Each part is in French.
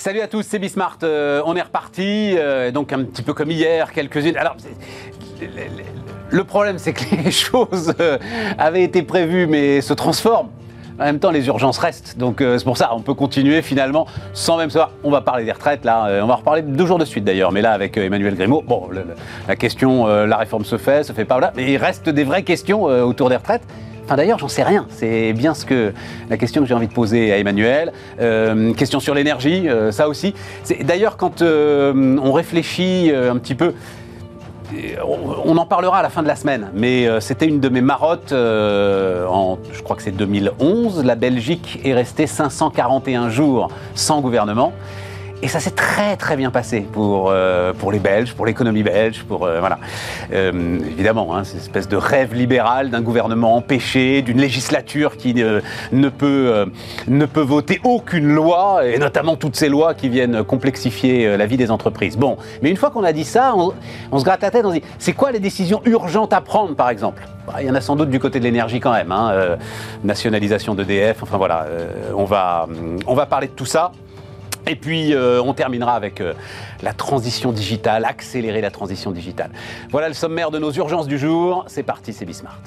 Salut à tous, c'est Bismart. On est reparti, donc un petit peu comme hier, quelques-unes. Alors, le problème, c'est que les choses avaient été prévues, mais se transforment. En même temps, les urgences restent. Donc, c'est pour ça, on peut continuer finalement sans même savoir. On va parler des retraites, là. On va reparler 2 jours de suite d'ailleurs, mais là, avec Emmanuel Grimaud. Bon, la question, la réforme se fait pas, voilà. Mais il reste des vraies questions autour des retraites. Enfin d'ailleurs, j'en sais rien. C'est bien la question que j'ai envie de poser à Emmanuel. Question sur l'énergie, ça aussi. D'ailleurs, quand on réfléchit un petit peu, on en parlera à la fin de la semaine, mais c'était une de mes marottes je crois que c'est 2011. La Belgique est restée 541 jours sans gouvernement. Et ça s'est très très bien passé pour les Belges, pour l'économie belge, voilà. Évidemment, c'est une espèce de rêve libéral d'un gouvernement empêché, d'une législature qui ne peut voter aucune loi, et notamment toutes ces lois qui viennent complexifier la vie des entreprises. Bon, mais une fois qu'on a dit ça, on se gratte la tête, on se dit, c'est quoi les décisions urgentes à prendre, par exemple ? Il y en a sans doute du côté de l'énergie quand même, nationalisation d'EDF, enfin voilà, on va parler de tout ça. Et puis, on terminera avec la transition digitale, accélérer la transition digitale. Voilà le sommaire de nos urgences du jour. C'est parti, c'est Bismart.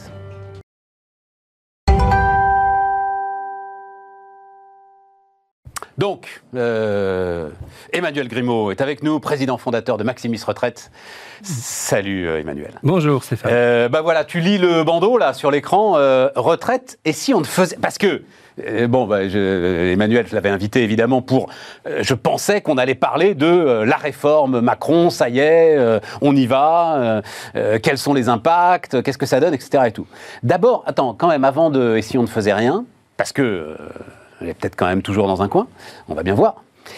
Donc, Emmanuel Grimaud est avec nous, président fondateur de Maximis Retraite. Salut Emmanuel. Bonjour Stéphane. Voilà, tu lis le bandeau là sur l'écran, retraite, et si on ne faisait... Parce que... Emmanuel, je l'avais invité évidemment je pensais qu'on allait parler de la réforme Macron, ça y est, on y va, quels sont les impacts, qu'est-ce que ça donne, etc. et tout. D'abord, attends, quand même, avant et si on ne faisait rien, parce que elle est peut-être quand même toujours dans un coin, on va bien voir.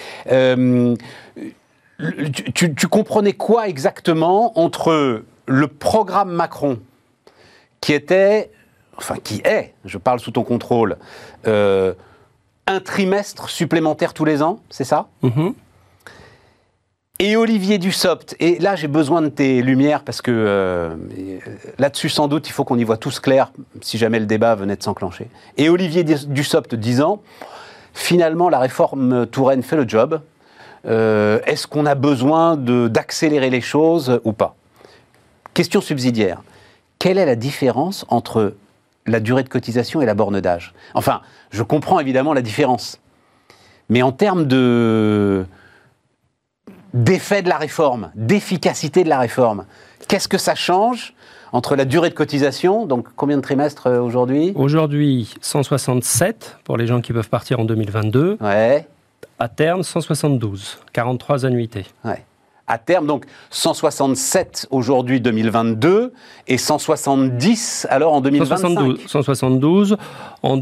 Tu comprenais quoi exactement entre le programme Macron qui est, je parle sous ton contrôle, un trimestre supplémentaire tous les ans, c'est ça ? Et Olivier Dussopt, et là j'ai besoin de tes lumières parce que là-dessus sans doute il faut qu'on y voit tous clair si jamais le débat venait de s'enclencher. Et Olivier Dussopt disant, finalement la réforme Touraine fait le job, est-ce qu'on a besoin d'accélérer les choses ou pas ? Question subsidiaire, quelle est la différence entre la durée de cotisation et la borne d'âge ? Enfin, je comprends évidemment la différence. Mais en termes d'effet de la réforme, d'efficacité de la réforme, qu'est-ce que ça change entre la durée de cotisation, donc combien de trimestres aujourd'hui ? Aujourd'hui, 167 pour les gens qui peuvent partir en 2022. Ouais. À terme, 172, 43 annuités. Ouais. À terme, donc 167 aujourd'hui 2022 et 170 alors en 2025. 172. En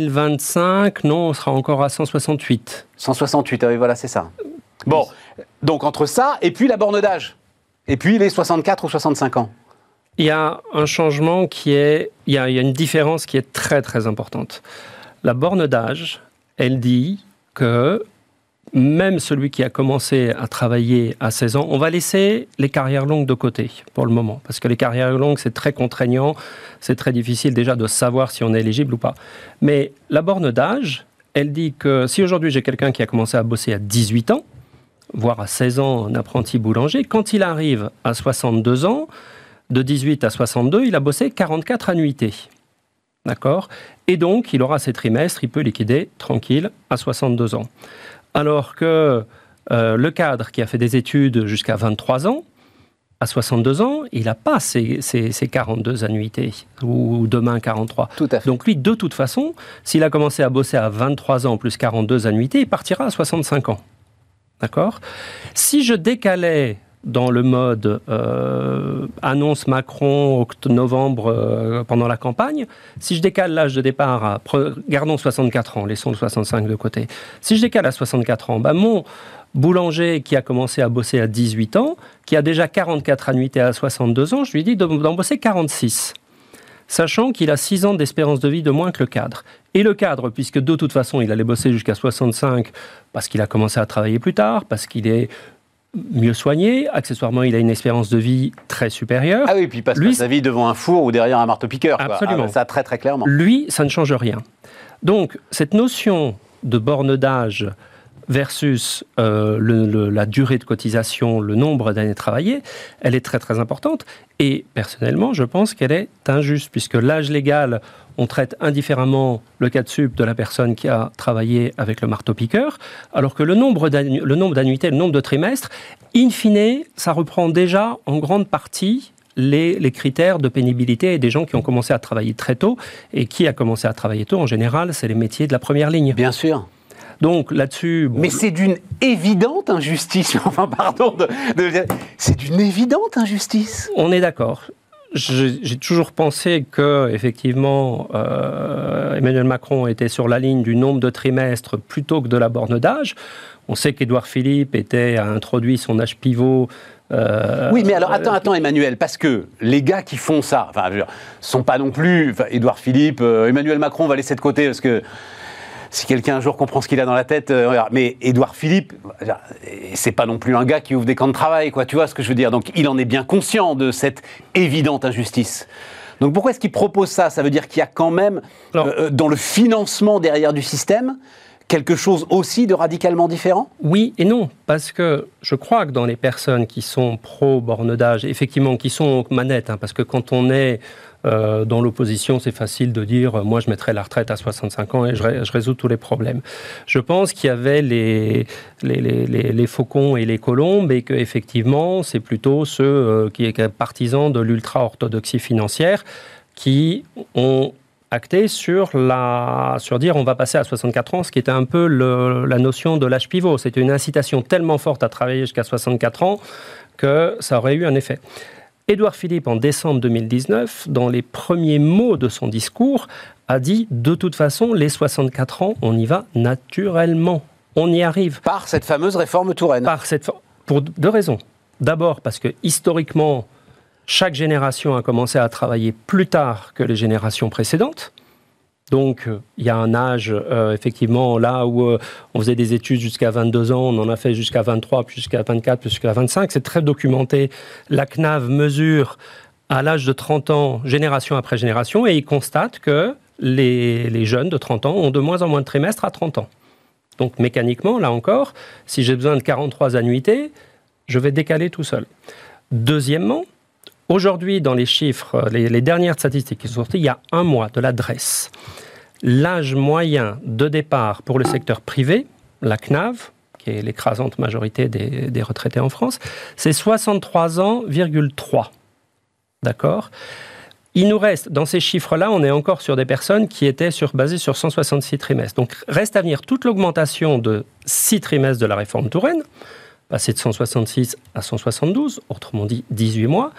2025, non, on sera encore à 168. 168, oui, voilà, c'est ça. Bon, donc entre ça et puis la borne d'âge. Et puis les 64 ou 65 ans. Il y a un changement il y a une différence qui est très très importante. La borne d'âge, elle dit que même celui qui a commencé à travailler à 16 ans, on va laisser les carrières longues de côté pour le moment. Parce que les carrières longues, c'est très contraignant, c'est très difficile déjà de savoir si on est éligible ou pas. Mais la borne d'âge, elle dit que si aujourd'hui j'ai quelqu'un qui a commencé à bosser à 18 ans, voire à 16 ans, un apprenti boulanger, quand il arrive à 62 ans, de 18 à 62, il a bossé 44 annuités. D'accord ? Et donc, il aura ses trimestres, il peut liquider tranquille à 62 ans. Alors que le cadre qui a fait des études jusqu'à 23 ans, à 62 ans, il n'a pas ses 42 annuités, ou demain 43. Tout à fait. Donc lui, de toute façon, s'il a commencé à bosser à 23 ans plus 42 annuités, il partira à 65 ans. D'accord ? Si je décalais dans le mode annonce Macron, novembre, pendant la campagne, si je décale l'âge de départ gardons 64 ans, laissons le 65 de côté. Si je décale à 64 ans, mon boulanger qui a commencé à bosser à 18 ans, qui a déjà 44 annuités à 62 ans, je lui dis d'en bosser 46. Sachant qu'il a 6 ans d'espérance de vie de moins que le cadre. Et le cadre, puisque de toute façon, il allait bosser jusqu'à 65 parce qu'il a commencé à travailler plus tard, parce qu'il est mieux soigné, accessoirement il a une espérance de vie très supérieure. Ah oui, puis il passe pas sa vie devant un four ou derrière un marteau-piqueur. Absolument. Ça très très clairement. Lui, ça ne change rien. Donc cette notion de borne d'âge versus la durée de cotisation, le nombre d'années travaillées, elle est très très importante. Et personnellement, je pense qu'elle est injuste, puisque l'âge légal, on traite indifféremment le cas de sup de la personne qui a travaillé avec le marteau-piqueur, alors que le nombre d'annuités, le nombre de trimestres, in fine, ça reprend déjà en grande partie les critères de pénibilité et des gens qui ont commencé à travailler très tôt. Et qui a commencé à travailler tôt, en général, c'est les métiers de la première ligne. Bien sûr. Donc là-dessus... Bon, mais c'est d'une évidente injustice. Enfin, pardon c'est d'une évidente injustice. On est d'accord. J'ai toujours pensé que, effectivement, Emmanuel Macron était sur la ligne du nombre de trimestres plutôt que de la borne d'âge. On sait qu'Édouard Philippe a introduit son âge pivot. Oui, mais alors attends, Emmanuel, parce que les gars qui font ça, sont pas non plus Édouard Philippe, Emmanuel Macron, on va laisser de côté parce que. Si quelqu'un un jour comprend ce qu'il a dans la tête, mais Édouard Philippe, c'est pas non plus un gars qui ouvre des camps de travail, quoi. Tu vois ce que je veux dire ? Donc il en est bien conscient de cette évidente injustice. Donc pourquoi est-ce qu'il propose ça ? Ça veut dire qu'il y a quand même, dans le financement derrière du système, quelque chose aussi de radicalement différent ? Oui et non, parce que je crois que dans les personnes qui sont pro-borne d'âge, effectivement, qui sont aux manettes, parce que quand on est dans l'opposition, c'est facile de dire « moi, je mettrai la retraite à 65 ans et je résous tous les problèmes ». Je pense qu'il y avait les faucons et les colombes et qu'effectivement, c'est plutôt ceux qui sont partisans de l'ultra-orthodoxie financière qui ont acté sur dire on va passer à 64 ans, ce qui était un peu la notion de l'âge pivot. C'était une incitation tellement forte à travailler jusqu'à 64 ans que ça aurait eu un effet. Édouard Philippe, en décembre 2019, dans les premiers mots de son discours, a dit « de toute façon, les 64 ans, on y va naturellement. On y arrive. » Par cette fameuse réforme Touraine. Pour deux raisons. D'abord, parce que historiquement, chaque génération a commencé à travailler plus tard que les générations précédentes. Donc, il y a un âge, effectivement, là où on faisait des études jusqu'à 22 ans, on en a fait jusqu'à 23, puis jusqu'à 24, puis jusqu'à 25. C'est très documenté. La CNAV mesure à l'âge de 30 ans, génération après génération, et il constate que les jeunes de 30 ans ont de moins en moins de trimestres à 30 ans. Donc, mécaniquement, là encore, si j'ai besoin de 43 annuités, je vais décaler tout seul. Deuxièmement, aujourd'hui, dans les chiffres, les dernières statistiques qui sont sorties, il y a un mois de l'adresse. L'âge moyen de départ pour le secteur privé, la CNAV, qui est l'écrasante majorité des retraités en France, c'est 63 ans,3. D'accord ? Il nous reste, dans ces chiffres-là, on est encore sur des personnes qui étaient basées sur 166 trimestres. Donc, reste à venir toute l'augmentation de 6 trimestres de la réforme Touraine, passer de 166 à 172, autrement dit 18 mois.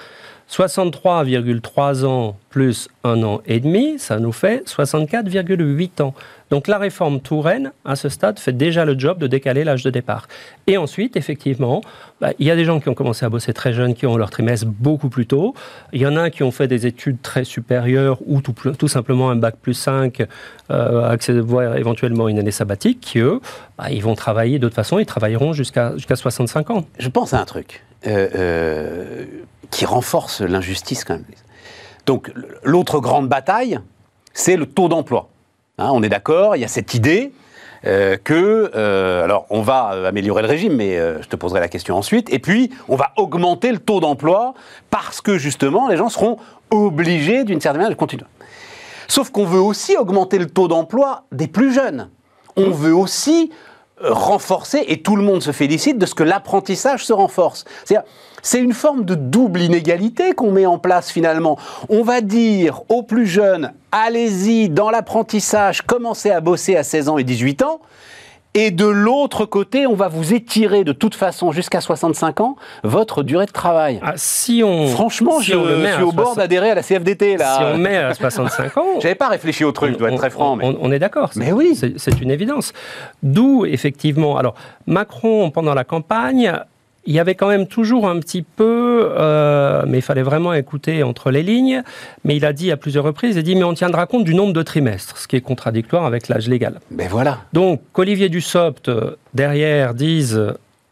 63,3 ans plus 1 an et demi, ça nous fait 64,8 ans. Donc la réforme Touraine, à ce stade, fait déjà le job de décaler l'âge de départ. Et ensuite, effectivement, il y a des gens qui ont commencé à bosser très jeunes, qui ont leur trimestre beaucoup plus tôt. Il y en a qui ont fait des études très supérieures ou tout simplement un bac plus 5, voire éventuellement une année sabbatique, qui eux, ils vont travailler de toute façon, ils travailleront jusqu'à 65 ans. Je pense à un truc qui renforce l'injustice quand même. Donc l'autre grande bataille, c'est le taux d'emploi. On est d'accord, il y a cette idée alors on va améliorer le régime, mais je te poserai la question ensuite, et puis on va augmenter le taux d'emploi parce que justement les gens seront obligés d'une certaine manière de continuer. Sauf qu'on veut aussi augmenter le taux d'emploi des plus jeunes. On veut aussi renforcer, et tout le monde se félicite de ce que l'apprentissage se renforce. C'est une forme de double inégalité qu'on met en place finalement. On va dire aux plus jeunes, allez-y dans l'apprentissage, commencez à bosser à 16 ans et 18 ans, et de l'autre côté, on va vous étirer de toute façon jusqu'à 65 ans votre durée de travail. Franchement, je suis au bord d'adhérer à la CFDT. Là. Si on met à 65 ans... J'avais pas réfléchi au truc, je dois être très franc. Mais... On est d'accord, mais oui. C'est une évidence. D'où, effectivement... Alors, Macron, pendant la campagne... Il y avait quand même toujours un petit peu, mais il fallait vraiment écouter entre les lignes, mais il a dit à plusieurs reprises, il a dit, mais on tiendra compte du nombre de trimestres, ce qui est contradictoire avec l'âge légal. Ben voilà. Donc, qu'Olivier Dussopt, derrière, dise,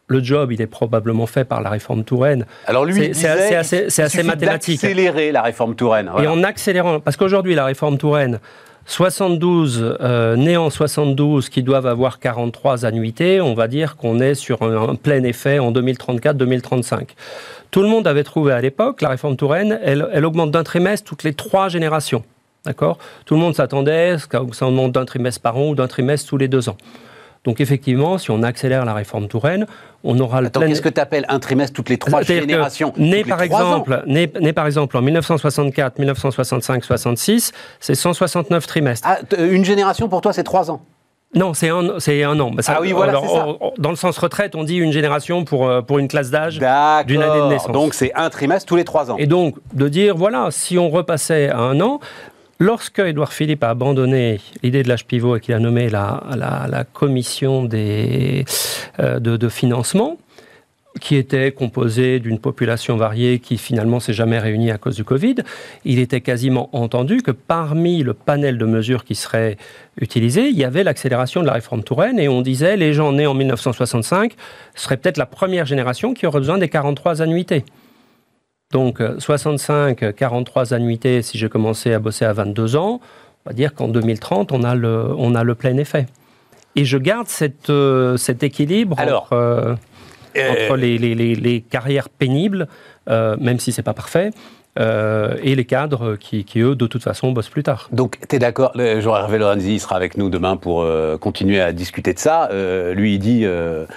le job, il est probablement fait par la réforme Touraine. Alors lui, c'est assez mathématique. D'accélérer la réforme Touraine. Voilà. Et en accélérant, parce qu'aujourd'hui, la réforme Touraine, 72, nés en 72, qui doivent avoir 43 annuités, on va dire qu'on est sur un plein effet en 2034-2035. Tout le monde avait trouvé à l'époque, la réforme Touraine, elle augmente d'un trimestre toutes les 3 générations. D'accord ? Tout le monde s'attendait à ce que ça augmente d'un trimestre par an ou d'un trimestre tous les 2 ans. Donc effectivement, si on accélère la réforme Touraine, on aura le plein... Qu'est-ce que tu appelles un trimestre toutes les 3 générations ? Né par exemple en 1964, 1965, 66, c'est 169 trimestres. Ah, une génération pour toi, c'est 3 ans ? Non, c'est un an. Ah oui, voilà, c'est ça. Dans le sens retraite, on dit une génération pour une classe d'âge d'une année de naissance. Donc c'est un trimestre tous les 3 ans. Et donc, de dire, voilà, si on repassait à 1 an... Lorsque Édouard Philippe a abandonné l'idée de l'âge pivot et qu'il a nommé la commission de financement, qui était composée d'une population variée qui finalement s'est jamais réunie à cause du Covid, il était quasiment entendu que parmi le panel de mesures qui seraient utilisées, il y avait l'accélération de la réforme Touraine et on disait les gens nés en 1965 seraient peut-être la première génération qui aurait besoin des 43 annuités. Donc 65, 43 annuités, si j'ai commencé à bosser à 22 ans, on va dire qu'en 2030, on a le plein effet. Et je garde cet équilibre entre les carrières pénibles, même si ce n'est pas parfait, et les cadres qui, eux, de toute façon, bossent plus tard. Donc, tu es d'accord, Jean-Hervé Lorenzi sera avec nous demain pour continuer à discuter de ça. Lui, il dit...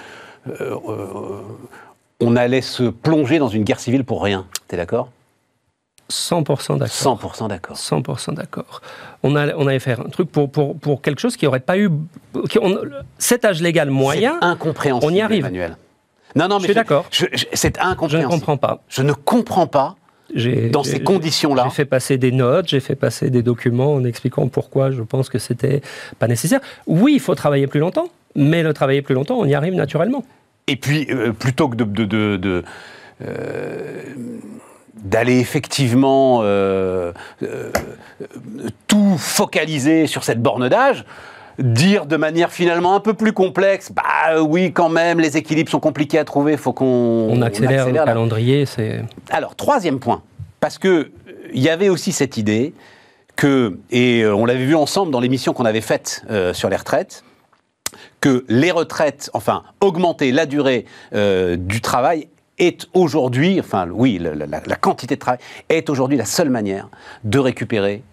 on allait se plonger dans une guerre civile pour rien. T'es d'accord ? 100% d'accord. 100% d'accord. 100% d'accord. On allait faire un truc pour quelque chose qui n'aurait pas eu... cet âge légal moyen, c'est incompréhensible, on y arrive. Emmanuel. Non, mais je suis d'accord. C'est incompréhensible. Je ne comprends pas. Je ne comprends pas dans ces conditions-là. J'ai fait passer des notes, j'ai fait passer des documents en expliquant pourquoi je pense que c'était pas nécessaire. Oui, il faut travailler plus longtemps, mais le travailler plus longtemps, on y arrive naturellement. Et puis, plutôt que d'aller effectivement tout focaliser sur cette borne d'âge, dire de manière finalement un peu plus complexe, bah oui, quand même, les équilibres sont compliqués à trouver, il faut qu'on accélère le calendrier. Alors, 3e point, parce qu'il y avait aussi cette idée que, et on l'avait vu ensemble dans l'émission qu'on avait faite sur les retraites, que les retraites, enfin, augmenter la durée du travail est aujourd'hui, enfin, oui, la quantité de travail est aujourd'hui la seule manière de récupérer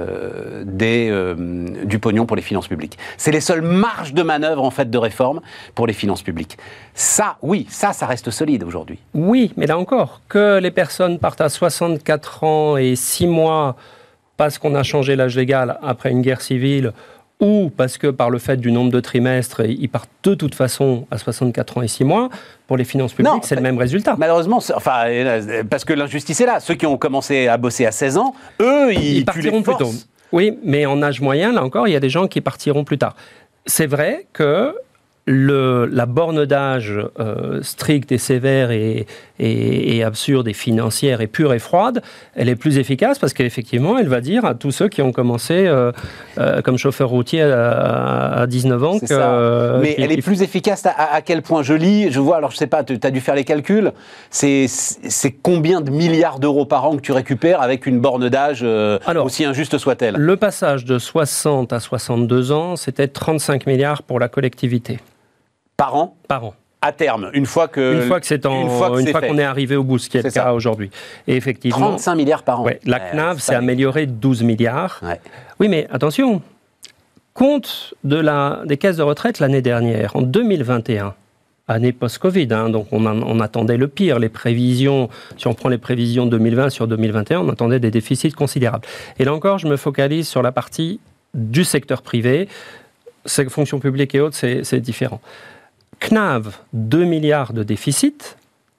du pognon pour les finances publiques. C'est les seules marges de manœuvre, en fait, de réforme pour les finances publiques. Ça, oui, ça reste solide aujourd'hui. Oui, mais là encore, que les personnes partent à 64 ans et 6 mois parce qu'on a changé l'âge légal après une guerre civile, ou parce que par le fait du nombre de trimestres, ils partent de toute façon à 64 ans et 6 mois, pour les finances publiques, c'est le même résultat. Malheureusement, parce que l'injustice est là. Ceux qui ont commencé à bosser à 16 ans, eux, ils partiront plus tôt. Oui, mais en âge moyen, là encore, il y a des gens qui partiront plus tard. C'est vrai que la borne d'âge stricte et sévère et absurde et financière et pure et froide, elle est plus efficace parce qu'effectivement, elle va dire à tous ceux qui ont commencé comme chauffeur routier à 19 ans mais elle est plus efficace à quel point ? Je vois, alors je sais pas, tu as dû faire les calculs, c'est combien de milliards d'euros par an que tu récupères avec une borne d'âge aussi injuste soit-elle ? Le passage de 60 à 62 ans, c'était 35 milliards pour la collectivité. Par an ? Par an. À terme, une fois qu'on est arrivé au bout, ce qui est le cas aujourd'hui. Et effectivement, 35 milliards par an. Ouais, la CNAV s'est améliorée de 12 milliards. Ouais. Oui, mais attention, compte des caisses de retraite l'année dernière, en 2021, année post-Covid, donc on attendait le pire. Les prévisions, si on prend les prévisions 2020 sur 2021, on attendait des déficits considérables. Et là encore, je me focalise sur la partie du secteur privé. Fonction publique et autres, c'est différent. CNAV, 2 milliards de déficit.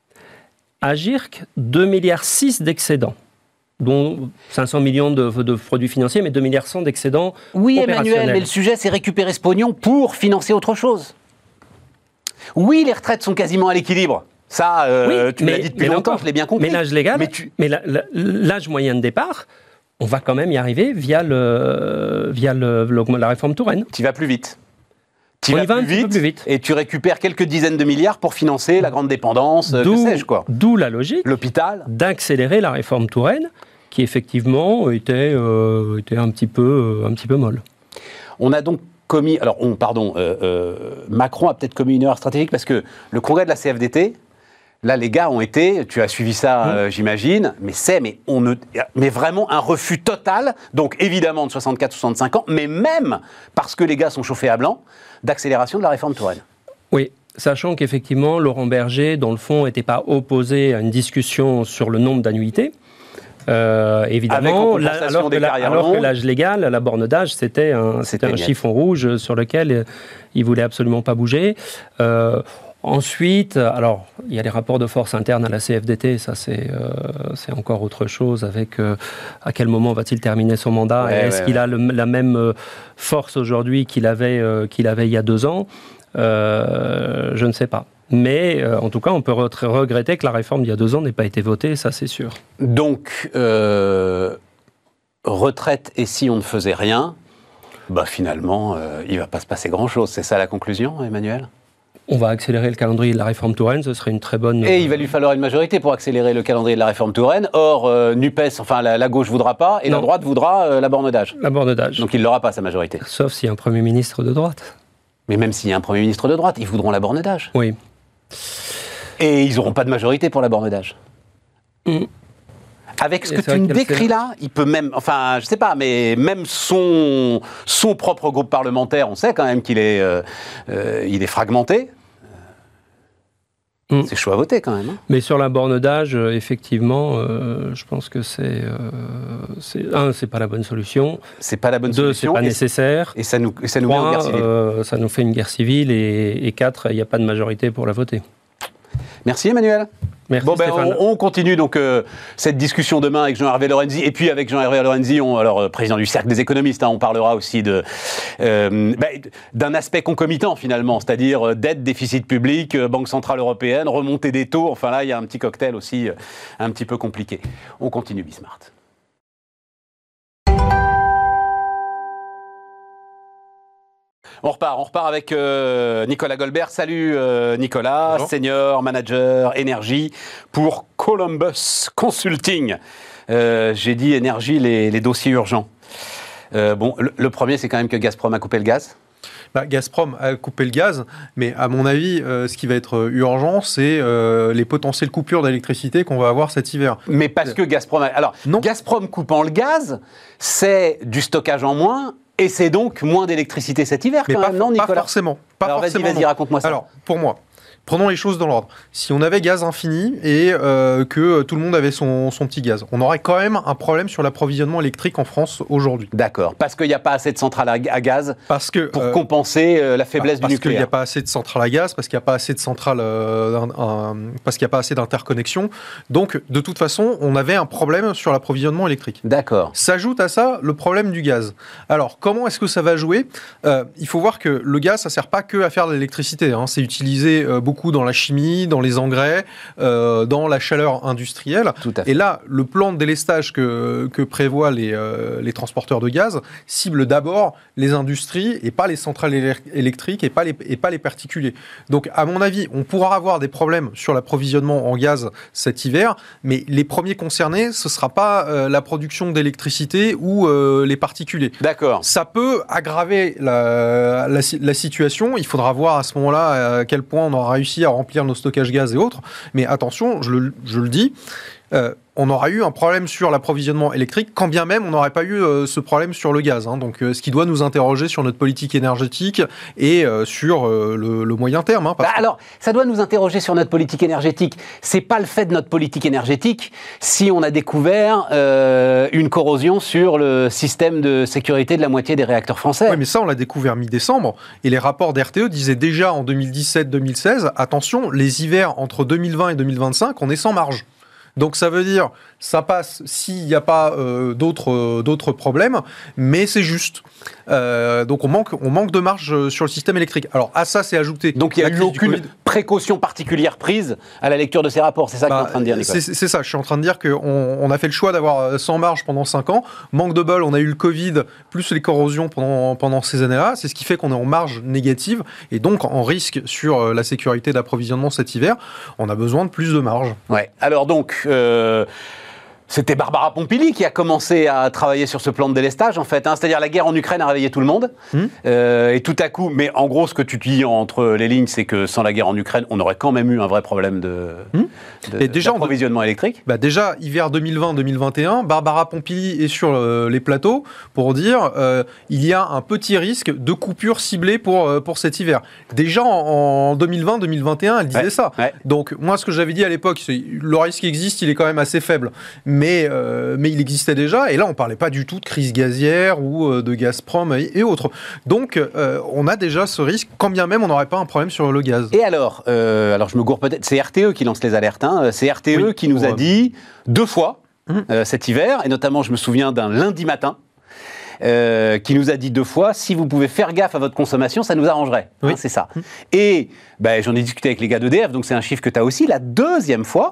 Agirc, 2,6 milliards d'excédents, dont 500 millions de produits financiers, mais 2,1 milliards d'excédents opérationnels. Emmanuel, mais le sujet, c'est récupérer ce pognon pour financer autre chose. Oui, les retraites sont quasiment à l'équilibre. Ça, tu l'as dit depuis longtemps, je l'ai bien compris. Mais l'âge légal, l'âge moyen de départ, on va quand même y arriver via la réforme Touraine. Tu vas plus vite. Tu vas plus vite et tu récupères quelques dizaines de milliards pour financer la grande dépense, que sais-je quoi. D'où la logique l'hôpital d'accélérer la réforme Touraine, qui effectivement était un petit peu molle. On a donc commis... Alors, Macron a peut-être commis une erreur stratégique parce que le congrès de la CFDT, là, les gars ont été... Tu as suivi ça, j'imagine, mais vraiment un refus total, donc évidemment de 64-65 ans, mais même parce que les gars sont chauffés à blanc, d'accélération de la réforme Touraine. Oui, sachant qu'effectivement, Laurent Berger, dans le fond, n'était pas opposé à une discussion sur le nombre d'annuités. Évidemment, alors que l'âge légal, la borne d'âge, c'était un chiffon rouge sur lequel il ne voulait absolument pas bouger. Ensuite, alors, il y a les rapports de force internes à la CFDT, ça c'est encore autre chose, avec à quel moment va-t-il terminer son mandat, et est-ce qu'il a la même force aujourd'hui qu'il avait il y a 2 ans, je ne sais pas. Mais en tout cas, on peut regretter que la réforme d'il y a 2 ans n'ait pas été votée, ça c'est sûr. Donc, retraite et si on ne faisait rien, finalement, il ne va pas se passer grand-chose. C'est ça la conclusion, Emmanuel ? On va accélérer le calendrier de la réforme Touraine, ce serait une très bonne... Et il va lui falloir une majorité pour accélérer le calendrier de la réforme Touraine. Or, NUPES, enfin la gauche ne voudra pas, et la droite voudra la borne d'âge. La borne d'âge. Donc il n'aura pas sa majorité. Sauf s'il y a un Premier ministre de droite. Mais même s'il y a un Premier ministre de droite, ils voudront la borne d'âge. Oui. Et ils n'auront pas de majorité pour la borne d'âge. Avec ce que tu me décris là, il peut même, je sais pas, mais même son propre groupe parlementaire, on sait quand même qu'il est fragmenté. C'est chaud à voter quand même. Mais sur la borne d'âge, effectivement, je pense que c'est pas la bonne solution. C'est pas la bonne solution. 2, c'est pas nécessaire. Et ça nous 3, met en guerre civile. Ça nous fait une guerre civile. Et 4, il n'y a pas de majorité pour la voter. Merci Emmanuel. Merci Stéphane. On continue donc cette discussion demain avec Jean-Hervé Lorenzi. Et puis avec Jean-Hervé Lorenzi, président du Cercle des économistes, on parlera aussi d'un aspect concomitant finalement, c'est-à-dire dette, déficit public, Banque Centrale Européenne, remontée des taux. Enfin là, il y a un petit cocktail aussi un petit peu compliqué. On continue Bismart. On repart avec Nicolas Golbert. Salut Nicolas, bonjour. Senior manager énergie pour Columbus Consulting. J'ai dit énergie, les dossiers urgents. Le premier, c'est quand même que Gazprom a coupé le gaz. Gazprom a coupé le gaz, mais à mon avis, ce qui va être urgent, c'est les potentielles coupures d'électricité qu'on va avoir cet hiver. Mais parce que Gazprom... Gazprom coupant le gaz, c'est du stockage en moins, et c'est donc moins d'électricité cet hiver, mais quand même, non, Nicolas ? Pas forcément. Vas-y, raconte-moi ça. Alors, pour moi, prenons les choses dans l'ordre. Si on avait gaz infini et que tout le monde avait son petit gaz, on aurait quand même un problème sur l'approvisionnement électrique en France aujourd'hui. D'accord. Parce qu'il n'y a pas assez de centrales à gaz pour compenser la faiblesse du nucléaire. Parce qu'il n'y a pas assez de centrales à gaz, parce qu'il n'y a pas assez de centrales, parce qu'il n'y a pas assez d'interconnexions. Donc, de toute façon, on avait un problème sur l'approvisionnement électrique. D'accord. S'ajoute à ça le problème du gaz. Alors, comment est-ce que ça va jouer ? Il faut voir que le gaz, ça ne sert pas que à faire de l'électricité. C'est utilisé beaucoup dans la chimie, dans les engrais, dans la chaleur industrielle. Tout à fait. Et là, le plan de délestage que prévoient les transporteurs de gaz cible d'abord les industries et pas les centrales électriques et pas les particuliers. Donc, à mon avis, on pourra avoir des problèmes sur l'approvisionnement en gaz cet hiver, mais les premiers concernés, ce ne sera pas la production d'électricité ou les particuliers. D'accord. Ça peut aggraver la situation. Il faudra voir à ce moment-là à quel point on aura réussi à remplir nos stockages gaz et autres. Mais attention, je le dis, on aura eu un problème sur l'approvisionnement électrique, quand bien même on n'aurait pas eu ce problème sur le gaz. Donc, ce qui doit nous interroger sur notre politique énergétique et sur le moyen terme. Alors, ça doit nous interroger sur notre politique énergétique. C'est pas le fait de notre politique énergétique si on a découvert une corrosion sur le système de sécurité de la moitié des réacteurs français. Oui, mais ça, on l'a découvert mi-décembre. Et les rapports d'RTE disaient déjà en 2017-2016, attention, les hivers entre 2020 et 2025, on est sans marge. Donc ça veut dire, ça passe s'il n'y a pas d'autres problèmes, mais c'est juste. Donc on manque de marge sur le système électrique. Alors à ça, c'est ajouté. Donc il n'y a eu aucune précaution particulière prise à la lecture de ces rapports. C'est ça que tu es en train de dire, Nicolas. C'est ça, je suis en train de dire qu'on a fait le choix d'avoir sans marge pendant 5 ans. Manque de bol, on a eu le Covid, plus les corrosions pendant ces années-là. C'est ce qui fait qu'on est en marge négative et donc en risque sur la sécurité d'approvisionnement cet hiver. On a besoin de plus de marge. Ouais. Alors donc... C'était Barbara Pompili qui a commencé à travailler sur ce plan de délestage, en fait. C'est-à-dire la guerre en Ukraine a réveillé tout le monde. Et tout à coup, mais en gros, ce que tu dis entre les lignes, c'est que sans la guerre en Ukraine, on aurait quand même eu un vrai problème d'approvisionnement électrique. Déjà, hiver 2020-2021, Barbara Pompili est sur les plateaux pour dire il y a un petit risque de coupure ciblée pour cet hiver. Déjà, en 2020-2021, elle disait ça. Ouais. Donc, moi, ce que j'avais dit à l'époque, c'est le risque existe, il est quand même assez faible. Mais il existait déjà, et là on ne parlait pas du tout de crise gazière ou de Gazprom et autres. Donc on a déjà ce risque, quand bien même on n'aurait pas un problème sur le gaz. Et alors je me gourre peut-être, c'est RTE qui lance les alertes, c'est RTE qui nous a dit 2 fois cet hiver, et notamment je me souviens d'un lundi matin, qui nous a dit 2 fois, si vous pouvez faire gaffe à votre consommation, ça nous arrangerait. Oui. C'est ça. Et j'en ai discuté avec les gars d'EDF, donc c'est un chiffre que tu as aussi, la 2e fois,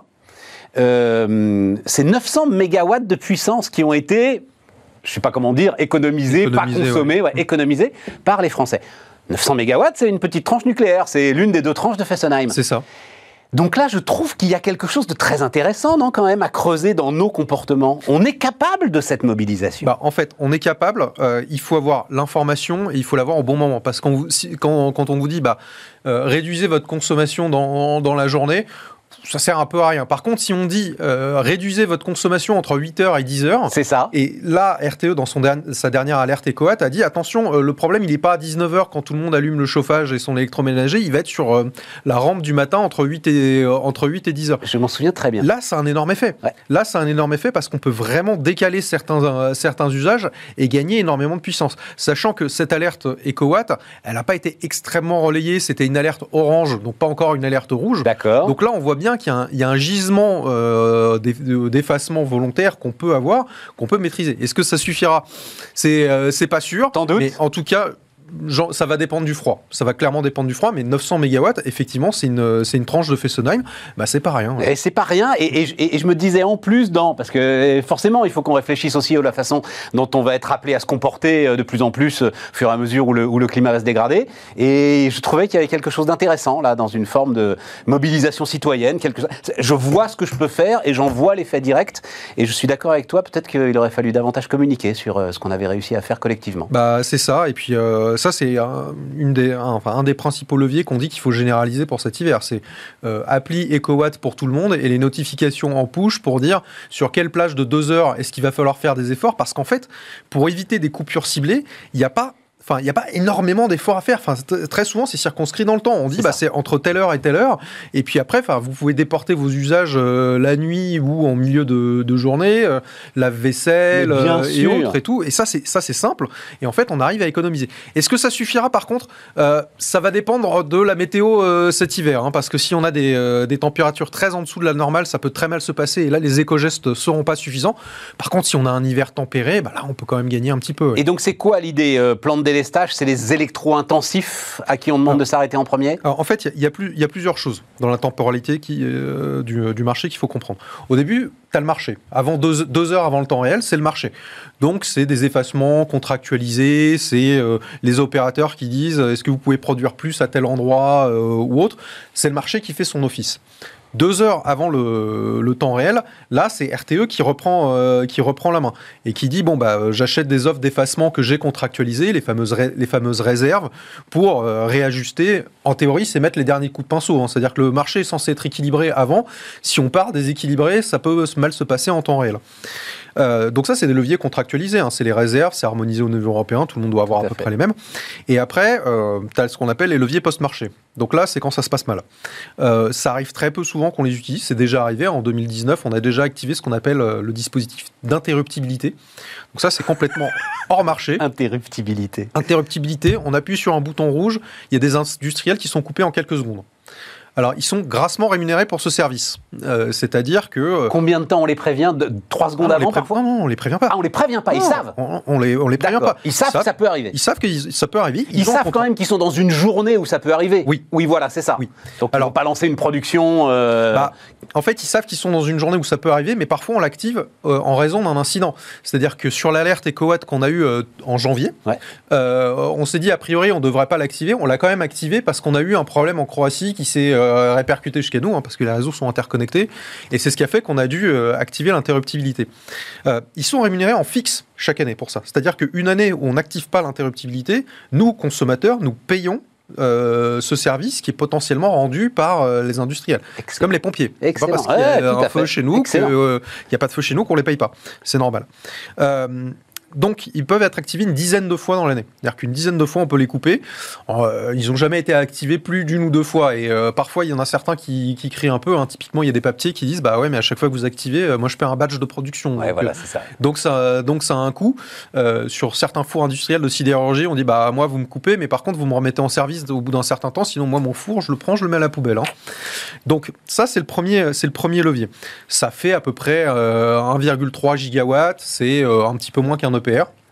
c'est 900 mégawatts de puissance qui ont été, je ne sais pas comment dire, économisés, pas consommés, économisés par les Français. 900 mégawatts, c'est une petite tranche nucléaire, c'est l'une des 2 tranches de Fessenheim. C'est ça. Donc là, je trouve qu'il y a quelque chose de très intéressant, non, quand même, à creuser dans nos comportements. On est capable de cette mobilisation. En fait, on est capable. Il faut avoir l'information et il faut l'avoir au bon moment. Parce que quand on vous dit, réduisez votre consommation dans la journée, ça sert un peu à rien. Par contre, si on dit réduisez votre consommation entre 8h et 10h, c'est ça. Et là, RTE, dans sa dernière alerte EcoWatt, a dit attention, le problème, il n'est pas à 19h quand tout le monde allume le chauffage et son électroménager, il va être sur la rampe du matin entre 8 et 10h. Je m'en souviens très bien. Là, c'est un énorme effet. Ouais. Là, c'est un énorme effet parce qu'on peut vraiment décaler certains usages et gagner énormément de puissance. Sachant que cette alerte EcoWatt, elle n'a pas été extrêmement relayée. C'était une alerte orange, donc pas encore une alerte rouge. D'accord. Donc là, on voit bien qu'il y a un gisement d'effacement volontaire qu'on peut avoir, qu'on peut maîtriser. Est-ce que ça suffira ? C'est pas sûr. T'en doutes ? Mais en tout cas, ça va dépendre du froid. Ça va clairement dépendre du froid, mais 900 mégawatts, effectivement, c'est une tranche de Fessenheim. C'est pas rien. Et c'est pas rien. Et je me disais en plus, parce que forcément, il faut qu'on réfléchisse aussi à la façon dont on va être appelé à se comporter de plus en plus au fur et à mesure où le climat va se dégrader. Et je trouvais qu'il y avait quelque chose d'intéressant là, dans une forme de mobilisation citoyenne. Je vois ce que je peux faire et j'en vois l'effet direct. Et je suis d'accord avec toi. Peut-être qu'il aurait fallu davantage communiquer sur ce qu'on avait réussi à faire collectivement. C'est ça. Et puis ça, c'est un des principaux leviers qu'on dit qu'il faut généraliser pour cet hiver. C'est appli EcoWatt pour tout le monde et les notifications en push pour dire sur quelle plage de 2 heures est-ce qu'il va falloir faire des efforts. Parce qu'en fait, pour éviter des coupures ciblées, il n'y a pas énormément d'efforts à faire. Très souvent, c'est circonscrit dans le temps. On dit, c'est entre telle heure et telle heure. Et puis après, vous pouvez déporter vos usages la nuit ou en milieu de journée, lave-vaisselle et autres et tout. Et ça, c'est simple. Et en fait, on arrive à économiser. Est-ce que ça suffira, par contre ? Ça va dépendre de la météo cet hiver. Parce que si on a des températures très en dessous de la normale, ça peut très mal se passer. Et là, les éco-gestes ne seront pas suffisants. Par contre, si on a un hiver tempéré, là, on peut quand même gagner un petit peu. Ouais. Et donc, c'est quoi l'idée plan de délestage, c'est les électro-intensifs à qui on demande de s'arrêter en premier ? Alors, en fait, il y a plusieurs choses dans la temporalité du marché qu'il faut comprendre. Au début, tu as le marché. Avant 2 heures avant le temps réel, c'est le marché. Donc, c'est des effacements contractualisés, c'est les opérateurs qui disent est-ce que vous pouvez produire plus à tel endroit ou autre. C'est le marché qui fait son office. 2 heures avant le temps réel, là, c'est RTE qui reprend la main et qui dit j'achète des offres d'effacement que j'ai contractualisées, les fameuses réserves, pour réajuster. En théorie, c'est mettre les derniers coups de pinceau. C'est-à-dire que le marché est censé être équilibré avant. Si on part déséquilibré, ça peut mal se passer en temps réel. Donc ça, c'est des leviers contractualisés. C'est les réserves, c'est harmonisé au niveau européen, tout le monde doit avoir à peu près les mêmes. Et après, tu as ce qu'on appelle les leviers post-marché. Donc là, c'est quand ça se passe mal. Ça arrive très peu souvent qu'on les utilise. C'est déjà arrivé. En 2019, on a déjà activé ce qu'on appelle le dispositif d'interruptibilité. Donc ça, c'est complètement hors marché. Interruptibilité. On appuie sur un bouton rouge. Il y a des industriels qui sont coupés en quelques secondes. Alors, ils sont grassement rémunérés pour ce service. C'est-à-dire que... Combien de temps on les prévient 3 secondes avant, parfois? Non, on les prévient pas. Ah, on les prévient pas, ils savent. On les prévient pas. Ils savent que ça peut arriver. Ils savent que ça peut arriver. Ils savent quand même qu'ils sont dans une journée où ça peut arriver. Oui. Oui, voilà, c'est ça. Oui. Donc, ils ne vont pas lancer une production... En fait, ils savent qu'ils sont dans une journée où ça peut arriver, mais parfois on l'active en raison d'un incident. C'est-à-dire que sur l'alerte EcoWatt qu'on a eue en janvier, on s'est dit a priori on ne devrait pas l'activer. On l'a quand même activé parce qu'on a eu un problème en Croatie qui s'est répercuté jusqu'à nous, parce que les réseaux sont interconnectés. Et c'est ce qui a fait qu'on a dû activer l'interruptibilité. Ils sont rémunérés en fixe chaque année pour ça. C'est-à-dire qu'une année où on n'active pas l'interruptibilité, nous, consommateurs, nous payons ce service qui est potentiellement rendu par les industriels. C'est comme les pompiers. C'est pas parce qu'il y a un feu chez nous qu'il n'y a pas de feu chez nous qu'on ne les paye pas. C'est normal. Donc, ils peuvent être activés une dizaine de fois dans l'année. C'est-à-dire qu'une dizaine de fois, on peut les couper. Ils n'ont jamais été activés plus d'une ou deux fois. Et parfois, il y en a certains qui crient un peu. Typiquement, il y a des papiers qui disent « Bah ouais, mais à chaque fois que vous activez, moi, je paie un badge de production. » Ouais, voilà, c'est ça. Donc, ça a un coût. Sur certains fours industriels de sidérurgie, on dit « Bah moi, vous me coupez, mais par contre, vous me remettez en service au bout d'un certain temps. Sinon, moi, mon four, je le prends, je le mets à la poubelle. » Donc, ça, c'est le premier levier. Ça fait à peu près 1,3 gigawatts. C'est un petit peu moins qu'un EPR.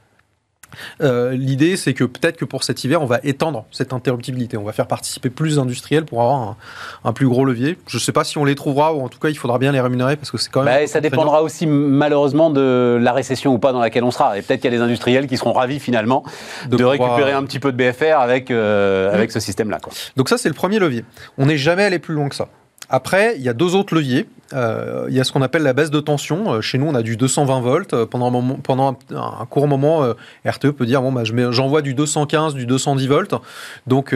L'idée, c'est que peut-être que pour cet hiver, on va étendre cette interruptibilité. On va faire participer plus d'industriels pour avoir un plus gros levier. Je ne sais pas si on les trouvera, ou en tout cas, il faudra bien les rémunérer parce que c'est quand même... ça dépendra aussi, malheureusement, de la récession ou pas dans laquelle on sera. Et peut-être qu'il y a des industriels qui seront ravis, finalement, de récupérer un petit peu de BFR avec ce système-là, quoi. Donc ça, c'est le premier levier. On n'est jamais allé plus loin que ça. Après, il y a deux autres leviers. Il y a ce qu'on appelle la baisse de tension. Chez nous, on a du 220 volts. Pendant un court moment, RTE peut dire j'envoie du 215, du 210 volts. Donc,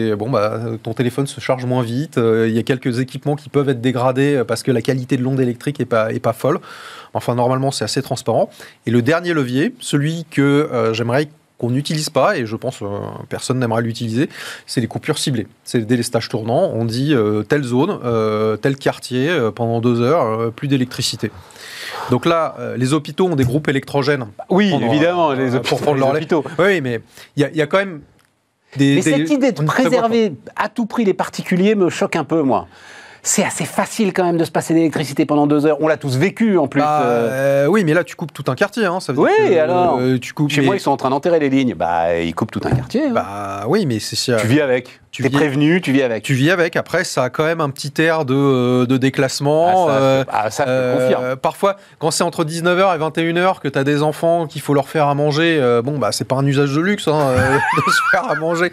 ton téléphone se charge moins vite. Il y a quelques équipements qui peuvent être dégradés parce que la qualité de l'onde électrique est pas folle. Enfin, normalement, c'est assez transparent. Et le dernier levier, celui que j'aimerais qu'on n'utilise pas, et je pense personne n'aimerait l'utiliser, c'est les coupures ciblées. C'est le délestage tournant. On dit telle zone, tel quartier, pendant 2 heures, plus d'électricité. Donc là, les hôpitaux ont des groupes électrogènes. Oui, évidemment, les hôpitaux. Pour prendre leur hôpitaux. Oui, mais il y a quand même Mais cette idée de préserver à tout prix les particuliers me choque un peu, moi. C'est assez facile quand même de se passer d'électricité pendant 2 heures. On l'a tous vécu en plus. Oui, mais là tu coupes tout un quartier. Ça veut dire que, alors tu coupes. Chez moi, ils sont en train d'enterrer les lignes. Ils coupent tout un quartier. Oui, mais c'est. Tu vis avec. Tu es prévenu, tu vis avec. Tu vis avec. Après, ça a quand même un petit air de déclassement. Ça je confirme. Parfois, quand c'est entre 19h et 21h que tu as des enfants qu'il faut leur faire à manger, c'est pas un usage de luxe de se faire à manger.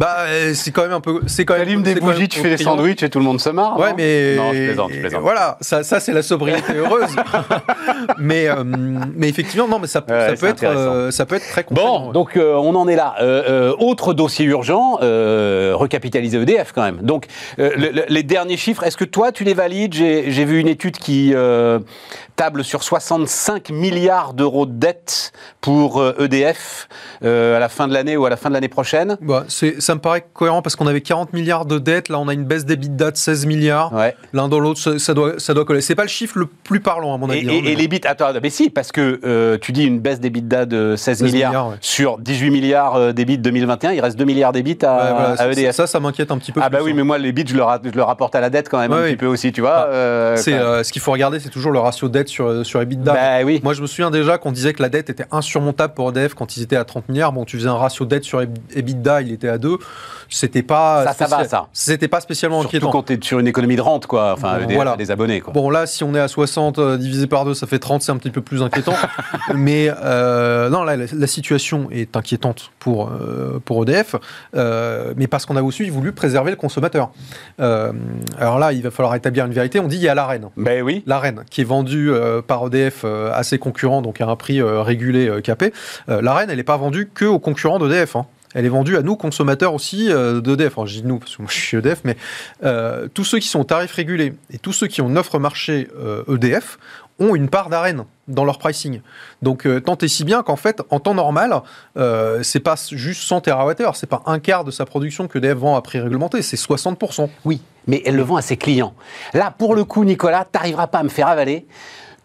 C'est quand même un peu. Tu allumes des bougies, tu fais des sandwichs et tout le monde se marre. Ouais, mais. Non, je plaisante. Voilà, ça c'est la sobriété heureuse. mais effectivement, non, mais ça peut être très contraignant. Bon, donc on en est là. Autre dossier urgent. Recapitaliser EDF quand même. Donc, les derniers chiffres, est-ce que toi, tu les valides ? J'ai vu une étude qui table sur 65 milliards d'euros de dette pour EDF à la fin de l'année ou à la fin de l'année prochaine. Ça me paraît cohérent parce qu'on avait 40 milliards de dettes. Là, on a une baisse d'EBITDA de 16 milliards. Ouais. L'un dans l'autre, ça doit coller. C'est pas le chiffre le plus parlant, à mon avis. Et l'EBIT, attends, mais si, parce que tu dis une baisse d'EBITDA de 16 milliards sur 18 milliards d'EBIT 2021. Il reste 2 milliards d'EBIT à EDF. Ça m'inquiète un petit peu. Oui, mais moi, l'EBIT, je le rapporte à la dette quand même un petit peu aussi, tu vois. Ce qu'il faut regarder, c'est toujours le ratio dette sur EBITDA. Oui. Moi, je me souviens déjà qu'on disait que la dette était insurmontable pour EDF quand ils étaient à 30 milliards. Bon, tu faisais un ratio dette sur EBITDA, il était à 2. C'était pas... Ça va, ça. C'était pas spécialement inquiétant. Surtout quand tu es sur une économie de rente, quoi. Enfin, des abonnés, quoi. Bon, là, si on est à 60 divisé par 2, ça fait 30, c'est un petit peu plus inquiétant. Mais non, là, la situation est inquiétante pour EDF. Mais parce qu'on a aussi voulu préserver le consommateur. Alors là, il va falloir établir une vérité. On dit il y a l'AREN. Ben oui. L'AREN, qui est vendue par EDF à ses concurrents, donc à un prix régulé capé. L'AREN, elle n'est pas vendue que aux concurrents d'EDF. Elle est vendue à nous, consommateurs aussi d'EDF. Alors, je dis nous, parce que moi je suis EDF, mais tous ceux qui sont au tarif régulé et tous ceux qui ont une offre marché EDF ont une part d'AREN dans leur pricing. Donc, tant et si bien qu'en fait, en temps normal, c'est pas juste 100 TWh, c'est pas un quart de sa production que EDF vend à prix réglementé, c'est 60%. Oui, mais elle le vend à ses clients. Là, pour le coup, Nicolas, t'arriveras pas à me faire avaler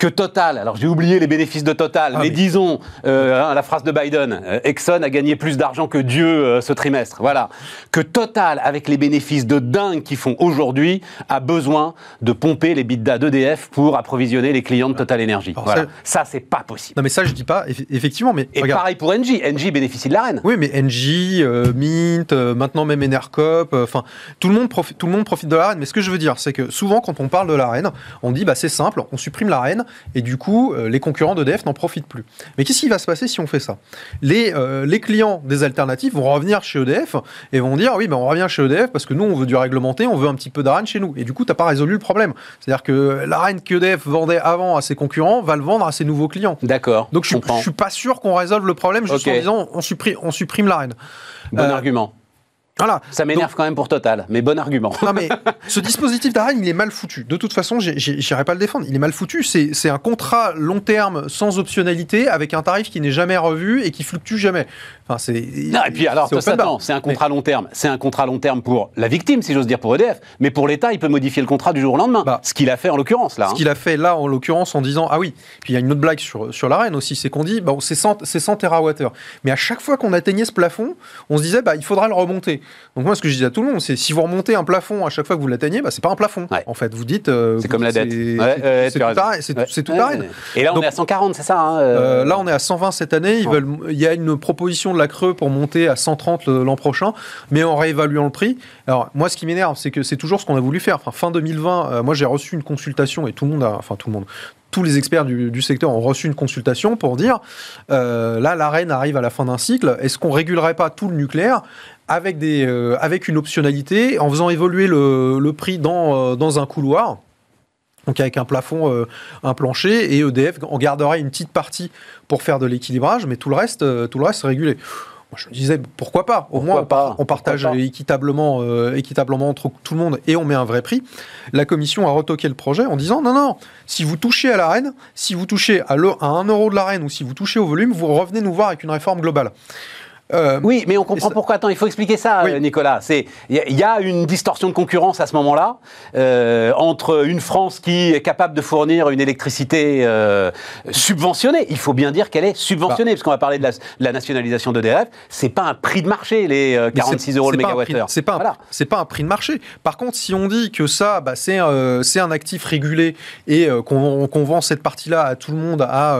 que Total, alors j'ai oublié les bénéfices de Total, mais disons, la phrase de Biden, Exxon a gagné plus d'argent que Dieu ce trimestre, voilà. Que Total, avec les bénéfices de dingue qu'ils font aujourd'hui, a besoin de pomper les bidas d'EDF pour approvisionner les clients de Total Energy. Voilà. Ça, c'est pas possible. Non, mais ça, je dis pas, effectivement, mais et regarde. Pareil pour Engie. Engie bénéficie de l'AREN. Oui, mais Engie, Mint, maintenant même Enercop, enfin, tout le monde profite de l'AREN. Mais ce que je veux dire, c'est que souvent, quand on parle de l'AREN, on dit, c'est simple, on supprime l'AREN, et du coup, les concurrents d'EDF n'en profitent plus. Mais qu'est-ce qui va se passer si on fait ça ? Les clients des alternatives vont revenir chez EDF et vont dire, oui, on revient chez EDF parce que nous, on veut du réglementé, on veut un petit peu d'AREN chez nous. Et du coup, tu n'as pas résolu le problème. C'est-à-dire que l'AREN qu'EDF vendait avant à ses concurrents va le vendre à ses nouveaux clients. D'accord. Donc, je ne suis pas sûr qu'on résolve le problème juste en disant, on supprime l'AREN. Bon argument. Voilà. Ça m'énerve quand même pour Total, mais bon argument. Non, mais ce dispositif d'AREN, il est mal foutu. De toute façon, j'irai pas le défendre. Il est mal foutu. C'est un contrat long terme sans optionnalité avec un tarif qui n'est jamais revu et qui fluctue jamais. Enfin, non, et puis alors, c'est un contrat long terme. C'est un contrat long terme pour la victime, si j'ose dire, pour EDF. Mais pour l'État, il peut modifier le contrat du jour au lendemain. Ce qu'il a fait en l'occurrence là. Ce qu'il a fait là, en l'occurrence, en disant ah oui. Puis il y a une autre blague sur l'AREN aussi, c'est qu'on dit c'est 100 TWh. Mais à chaque fois qu'on atteignait ce plafond, on se disait il faudra le remonter. Donc moi, ce que je dis à tout le monde, c'est si vous remontez un plafond à chaque fois que vous l'atteignez, c'est pas un plafond. Ouais. En fait, vous dites c'est comme la dette. C'est tout AREN. Et là, on est à 140, c'est ça là, on est à 120 cette année. Il y a une proposition de la Creux pour monter à 130 l'an prochain, mais en réévaluant le prix. Alors moi, ce qui m'énerve, c'est que c'est toujours ce qu'on a voulu faire. Fin 2020, moi j'ai reçu une consultation et tous les experts du secteur ont reçu une consultation pour dire là, l'AREN arrive à la fin d'un cycle. Est-ce qu'on régulerait pas tout le nucléaire avec une optionnalité en faisant évoluer le prix dans un couloir? Donc avec un plafond, un plancher, et EDF en garderait une petite partie pour faire de l'équilibrage, mais tout le reste régulé. Moi, je me disais, pourquoi pas ? Au moins, on partage équitablement entre tout le monde et on met un vrai prix. La commission a retoqué le projet en disant, non, si vous touchez à l'AREN, si vous touchez à 1 euro de l'AREN ou si vous touchez au volume, vous revenez nous voir avec une réforme globale. Oui, mais on comprend pourquoi. Attends, il faut expliquer ça, oui. Nicolas. Il y a une distorsion de concurrence à ce moment-là entre une France qui est capable de fournir une électricité subventionnée. Il faut bien dire qu'elle est subventionnée, parce qu'on va parler de la nationalisation d'EDF. C'est pas un prix de marché, les 46 euros le mégawattheure. C'est pas un prix de marché. Par contre, si on dit que ça, c'est un actif régulé et qu'on vend cette partie-là à tout le monde à,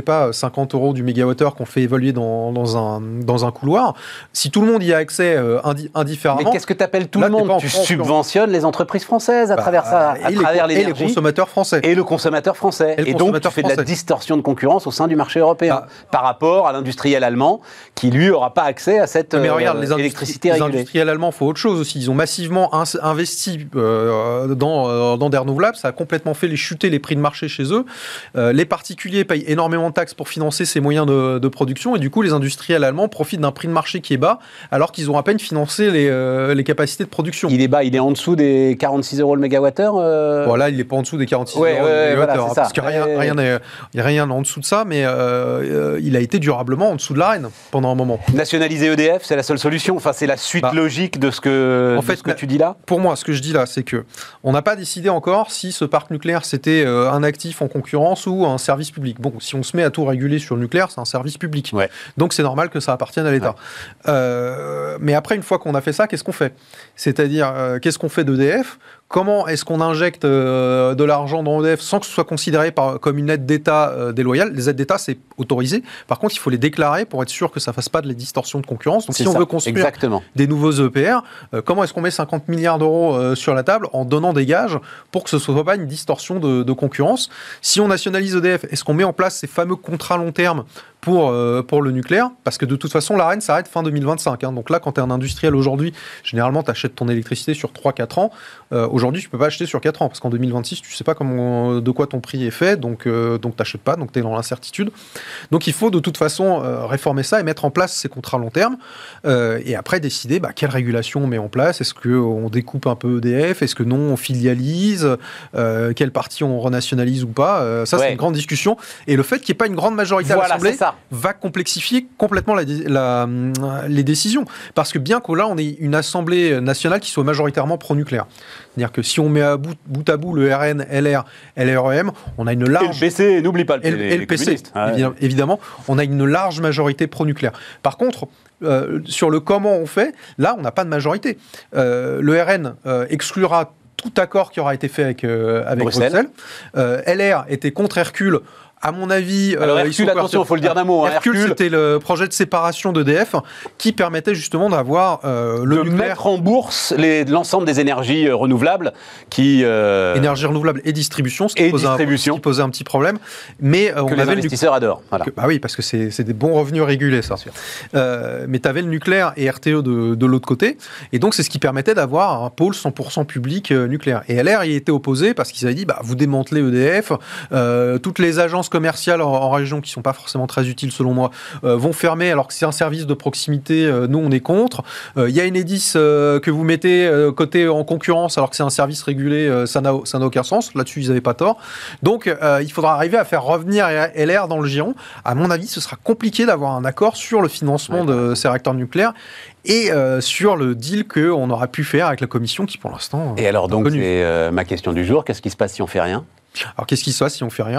50 euros du mégawattheure qu'on fait évoluer dans un couloir, si tout le monde y a accès indifféremment... Mais qu'est-ce que tu appelles tout le monde ? Tu subventionnes les entreprises françaises à travers ça, à travers l'énergie. Et les consommateurs français. Et le consommateur français. Et donc, tu fais de la distorsion de concurrence au sein du marché européen, par rapport à l'industriel allemand, qui, lui, n'aura pas accès à cette électricité régulée. Les industriels allemands font autre chose aussi. Ils ont massivement investi dans des renouvelables. Ça a complètement fait chuter les prix de marché chez eux. Les particuliers payent énormément de taxes pour financer ces moyens de production. Et du coup, les industriels allemands profitent d'un prix de marché qui est bas, alors qu'ils ont à peine financé les capacités de production. Il est bas, il est en dessous des 46 euros le mégawattheure Voilà, il n'est pas en dessous des 46 euros le mégawattheure. Voilà, parce qu'il n'y a rien en dessous de ça, mais il a été durablement en dessous de l'AREN pendant un moment. Nationaliser EDF, c'est la seule solution. Enfin, c'est la suite logique de ce que tu dis là. Pour moi, ce que je dis là, c'est que on n'a pas décidé encore si ce parc nucléaire c'était un actif en concurrence ou un service public. Bon, si on se met à tout réguler sur le nucléaire, c'est un service public. Ouais. Donc c'est normal que ça appartienne à l'État. Ouais. Mais après, une fois qu'on a fait ça, qu'est-ce qu'on fait ? C'est-à-dire, qu'est-ce qu'on fait d'EDF ? Comment est-ce qu'on injecte de l'argent dans EDF sans que ce soit considéré comme une aide d'État déloyale ? Les aides d'État, c'est autorisé. Par contre, il faut les déclarer pour être sûr que ça ne fasse pas de la distorsion de concurrence. Donc, si on veut construire des nouveaux EPR, comment est-ce qu'on met 50 milliards d'euros sur la table en donnant des gages pour que ce ne soit pas une distorsion de concurrence ? Si on nationalise EDF, est-ce qu'on met en place ces fameux contrats long terme pour le nucléaire ? Parce que de toute façon, l'AREN s'arrête fin 2025. Hein. Donc là, quand tu es un industriel aujourd'hui, généralement, tu achètes ton électricité sur 3-4 ans. Aujourd'hui, tu ne peux pas acheter sur 4 ans, parce qu'en 2026, tu ne sais pas de quoi ton prix est fait, donc tu n'achètes pas, donc tu es dans l'incertitude. Donc il faut de toute façon réformer ça et mettre en place ces contrats long terme, et après décider quelle régulation on met en place. Est-ce qu'on découpe un peu EDF ? Est-ce que non, on filialise ? Quelle partie on renationalise ou pas ? Ça, c'est une grande discussion. Et le fait qu'il n'y ait pas une grande majorité à l'Assemblée va complexifier complètement les décisions. Parce que bien que là, on ait une Assemblée nationale qui soit majoritairement pro-nucléaire. C'est-à-dire C'est-à-dire que si on met bout à bout le RN, LR, LREM, on a une large... Et le PC, n'oublie pas les PC, communistes. Évidemment, on a une large majorité pro-nucléaire. Par contre, sur le comment on fait, là, on n'a pas de majorité. Le RN exclura tout accord qui aura été fait avec Bruxelles. LR était contre Hercule. À mon avis, alors Hercule, attention, il faut le dire d'un mot. Hercule, c'était le projet de séparation d'EDF qui permettait justement d'avoir le nucléaire. Mettre en bourse l'ensemble des énergies renouvelables qui... Énergie renouvelable et distribution, ce qui posait un petit problème. Mais que les investisseurs adorent. Voilà. Bah oui, parce que c'est des bons revenus régulés, ça. Mais tu avais le nucléaire et RTE de l'autre côté. Et donc, c'est ce qui permettait d'avoir un pôle 100% public nucléaire. Et LR y était opposé parce qu'ils avaient dit, vous démantelez EDF, toutes les agences commerciales en région qui ne sont pas forcément très utiles selon moi vont fermer alors que c'est un service de proximité, nous on est contre. Il y a Enedis que vous mettez côté en concurrence alors que c'est un service régulé, ça n'a aucun sens. Là-dessus ils n'avaient pas tort. Donc il faudra arriver à faire revenir LR dans le giron. À mon avis ce sera compliqué d'avoir un accord sur le financement de ces réacteurs nucléaires et sur le deal qu'on aura pu faire avec la Commission qui pour l'instant... Et alors donc c'est ma question du jour, qu'est-ce qui se passe si on fait rien ? Alors qu'est-ce qui se passe si on ne fait rien ?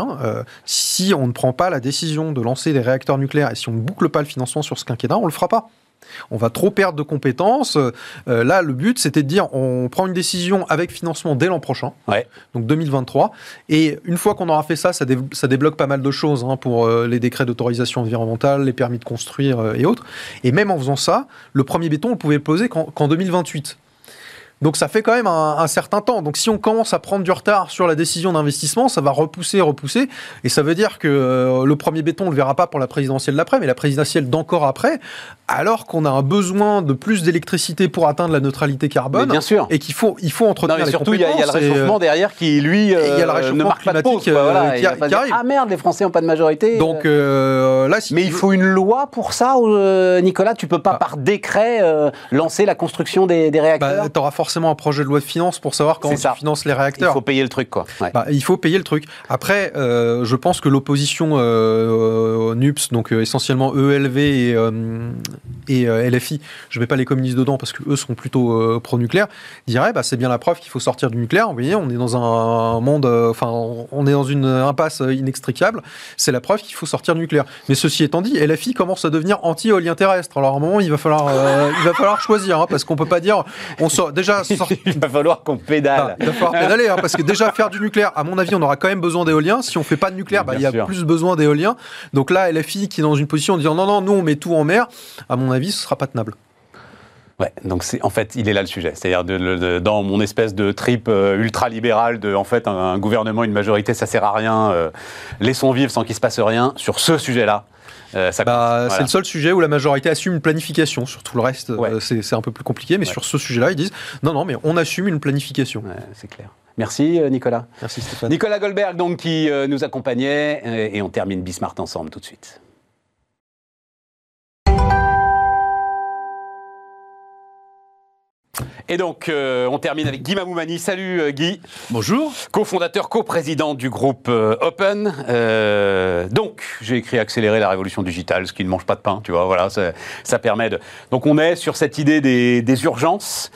Si on ne prend pas la décision de lancer des réacteurs nucléaires et si on ne boucle pas le financement sur ce quinquennat, on ne le fera pas. On va trop perdre de compétences. Là, le but, c'était de dire on prend une décision avec financement dès l'an prochain, donc 2023. Et une fois qu'on aura fait ça, ça débloque pas mal de choses pour les décrets d'autorisation environnementale, les permis de construire et autres. Et même en faisant ça, le premier béton, on pouvait le poser qu'en 2028. Donc ça fait quand même un certain temps. Donc si on commence à prendre du retard sur la décision d'investissement, ça va repousser. Et ça veut dire que le premier béton, on ne le verra pas pour la présidentielle d'après, mais la présidentielle d'encore après, alors qu'on a un besoin de plus d'électricité pour atteindre la neutralité carbone. Mais bien sûr. Et qu'il faut entretenir les surtout, compétences. Il y a le réchauffement derrière qui, lui, ne marque pas de pause. Qui arrive. Ah merde, les Français n'ont pas de majorité. Donc là, mais il faut une loi pour ça, Nicolas. Tu ne peux pas par décret lancer la construction des réacteurs. Tu auras forcément un projet de loi de finances pour savoir comment tu finances les réacteurs. Il faut payer le truc, quoi. Ouais. Il faut payer le truc. Après, je pense que l'opposition NUPS, donc essentiellement ELV et LFI, je ne mets pas les communistes dedans parce qu'eux sont plutôt pro-nucléaire, dirait c'est bien la preuve qu'il faut sortir du nucléaire. Vous voyez, on est dans un monde, on est dans une impasse inextricable. C'est la preuve qu'il faut sortir du nucléaire. Mais ceci étant dit, LFI commence à devenir anti-éolien terrestre. Alors à un moment, il va falloir choisir, parce qu'on peut pas dire, on sort déjà. Il va falloir qu'on pédale. Il va falloir pédaler, parce que déjà faire du nucléaire, à mon avis, on aura quand même besoin d'éolien. Si on fait pas de nucléaire, il y a plus besoin d'éolien. Donc là, LFI qui est dans une position de dire non, nous on met tout en mer, à mon avis, ce sera pas tenable. Ouais, donc en fait, il est là le sujet. C'est-à-dire dans mon espèce de trip ultra-libéral en fait, un gouvernement, une majorité, ça sert à rien. Laissons vivre sans qu'il se passe rien. Sur ce sujet-là, c'est le seul sujet où la majorité assume une planification. Sur tout le reste, c'est un peu plus compliqué. Mais sur ce sujet-là, ils disent non, mais on assume une planification. Ouais, c'est clair. Merci Nicolas. Merci Stéphane. Nicolas Goldberg, donc, qui nous accompagnait. Et on termine Bismart ensemble tout de suite. Et donc, on termine avec Guy Mamoumani. Salut Guy. Bonjour. Co-fondateur, co-président du groupe Open. Donc, j'ai écrit Accélérer la révolution digitale, ce qui ne mange pas de pain, tu vois, voilà, ça permet de... Donc, on est sur cette idée des urgences.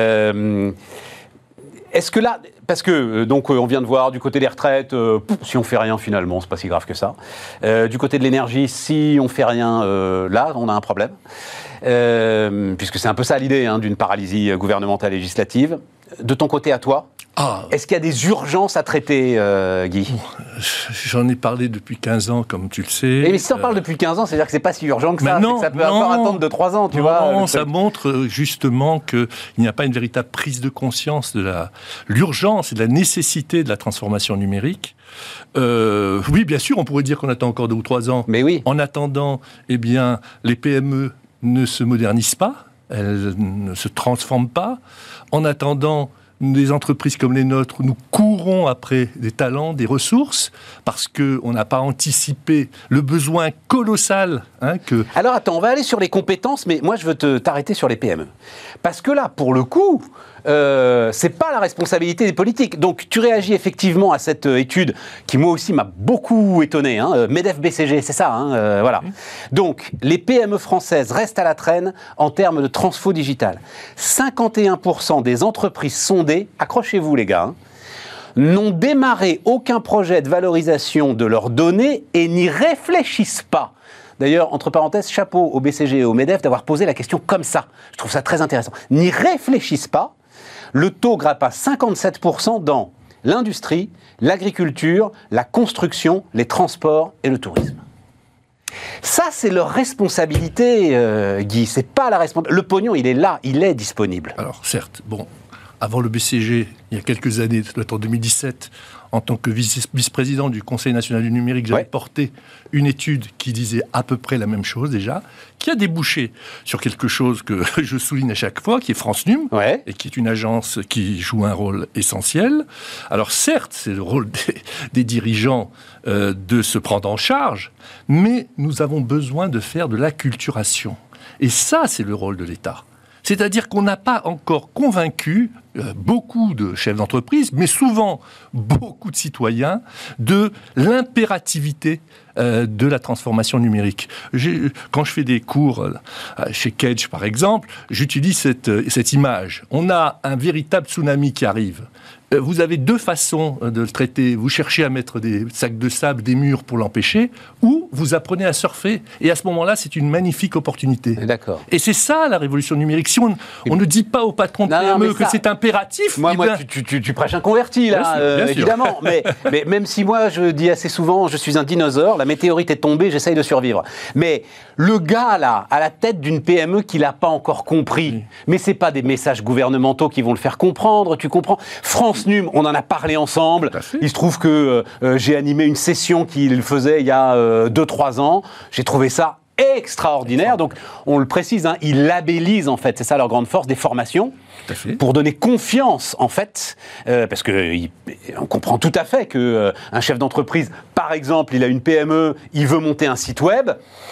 Est-ce que là... Parce que, donc, on vient de voir du côté des retraites, si on fait rien, finalement, c'est pas si grave que ça. Du côté de l'énergie, si on fait rien, là, on a un problème. Puisque c'est un peu ça l'idée d'une paralysie gouvernementale législative. De ton côté à toi, est-ce qu'il y a des urgences à traiter, Guy ? J'en ai parlé depuis 15 ans, comme tu le sais. Mais si t'en parles depuis 15 ans, c'est-à-dire que c'est pas si urgent que ça. Non, ça peut encore attendre 2-3 ans, tu vois. Non, ça montre justement qu'il n'y a pas une véritable prise de conscience de l'urgence et de la nécessité de la transformation numérique. Oui, bien sûr, on pourrait dire qu'on attend encore 2 ou 3 ans. Mais oui. En attendant, eh bien, les PME ne se modernisent pas, elles ne se transforment pas. En attendant, des entreprises comme les nôtres, nous courons après des talents, des ressources, parce qu'on n'a pas anticipé le besoin colossal que... Alors attends, on va aller sur les compétences, mais moi je veux t'arrêter sur les PME. Parce que là, pour le coup... c'est pas la responsabilité des politiques. Donc tu réagis effectivement à cette étude qui moi aussi m'a beaucoup étonné, MEDEF BCG, c'est ça, voilà. Donc les PME françaises restent à la traîne en termes de transfo digital. 51% des entreprises sondées fondé, accrochez-vous les gars, n'ont démarré aucun projet de valorisation de leurs données et n'y réfléchissent pas. D'ailleurs, entre parenthèses, chapeau au BCG et au MEDEF d'avoir posé la question comme ça. Je trouve ça très intéressant. N'y réfléchissent pas. Le taux grimpe à 57% dans l'industrie, l'agriculture, la construction, les transports et le tourisme. Ça, c'est leur responsabilité, Guy. C'est pas la responsabilité. Le pognon, il est là, il est disponible. Alors, certes, avant le BCG, il y a quelques années, en 2017, en tant que vice-président du Conseil national du numérique, j'avais porté une étude qui disait à peu près la même chose déjà, qui a débouché sur quelque chose que je souligne à chaque fois, qui est France Num, et qui est une agence qui joue un rôle essentiel. Alors certes, c'est le rôle des dirigeants de se prendre en charge, mais nous avons besoin de faire de l'acculturation. Et ça, c'est le rôle de l'État. C'est-à-dire qu'on n'a pas encore convaincu beaucoup de chefs d'entreprise, mais souvent beaucoup de citoyens, de l'impérativité de la transformation numérique. Quand je fais des cours chez Kedge, par exemple, j'utilise cette image. On a un véritable tsunami qui arrive. Vous avez deux façons de le traiter. Vous cherchez à mettre des sacs de sable, des murs pour l'empêcher, ou vous apprenez à surfer. Et à ce moment-là, c'est une magnifique opportunité. D'accord. Et c'est ça, la révolution numérique. Si on ne dit pas aux patrons de PME que c'est impératif... Moi, tu prêches un converti, là, bien évidemment. Mais même si moi, je dis assez souvent, je suis un dinosaure, la météorite est tombée, j'essaye de survivre. Mais le gars, là, à la tête d'une PME qui l'a pas encore compris, mais c'est pas des messages gouvernementaux qui vont le faire comprendre, tu comprends. France Num, on en a parlé ensemble. Il se trouve que j'ai animé une session qu'il faisait il y a 2-3 ans. J'ai trouvé ça extraordinaire. Donc, on le précise, ils labellisent, en fait, c'est ça leur grande force, des formations, pour donner confiance, en fait, parce qu'on comprend tout à fait qu'un chef d'entreprise, par exemple, il a une PME, il veut monter un site web.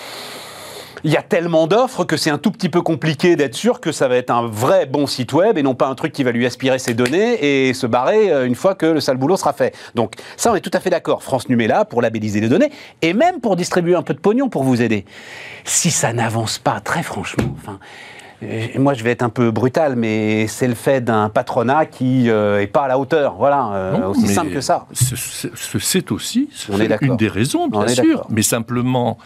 Il y a tellement d'offres que c'est un tout petit peu compliqué d'être sûr que ça va être un vrai bon site web et non pas un truc qui va lui aspirer ses données et se barrer une fois que le sale boulot sera fait. Donc ça, on est tout à fait d'accord. France Num est là pour labelliser les données et même pour distribuer un peu de pognon pour vous aider. Si ça n'avance pas, très franchement, moi je vais être un peu brutal, mais c'est le fait d'un patronat qui n'est pas à la hauteur. Voilà, aussi simple que ça. C'est aussi une des raisons, bien sûr, mais simplement...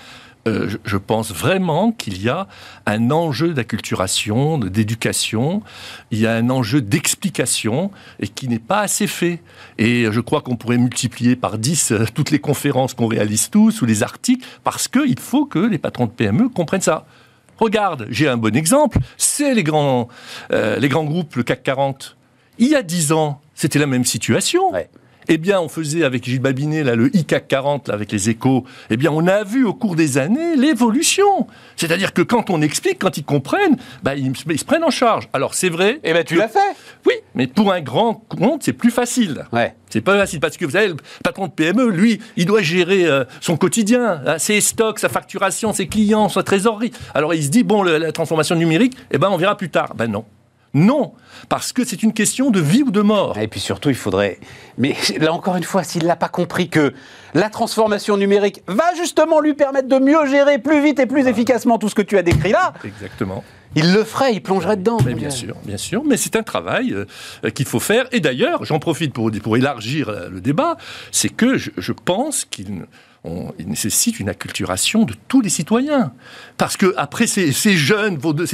je pense vraiment qu'il y a un enjeu d'acculturation, d'éducation, il y a un enjeu d'explication et qui n'est pas assez fait. Et je crois qu'on pourrait multiplier par 10 toutes les conférences qu'on réalise tous ou les articles parce qu'il faut que les patrons de PME comprennent ça. Regarde, j'ai un bon exemple, c'est les grands groupes, le CAC 40. Il y a 10 ans, c'était la même situation. Ouais. Eh bien, on faisait avec Gilles Babinet, là, le ICAC 40, là, avec les Échos, eh bien, on a vu au cours des années l'évolution. C'est-à-dire que quand on explique, quand ils comprennent, ils se prennent en charge. Alors, c'est vrai... Eh bien, tu l'as fait. Oui, mais pour un grand compte, c'est plus facile. Ouais. C'est pas facile, parce que, vous savez, le patron de PME, lui, il doit gérer son quotidien, ses stocks, sa facturation, ses clients, sa trésorerie. Alors, il se dit, la transformation numérique, on verra plus tard. Non. Non, parce que c'est une question de vie ou de mort. Et puis surtout, il faudrait... Mais là, encore une fois, s'il n'a pas compris que la transformation numérique va justement lui permettre de mieux gérer plus vite et plus efficacement tout ce que tu as décrit là... Exactement. Il le ferait, il plongerait dedans. Mais bien sûr, mais c'est un travail qu'il faut faire. Et d'ailleurs, j'en profite pour élargir le débat, c'est que je pense qu'il nécessite une acculturation de tous les citoyens. Parce que après, ces jeunes,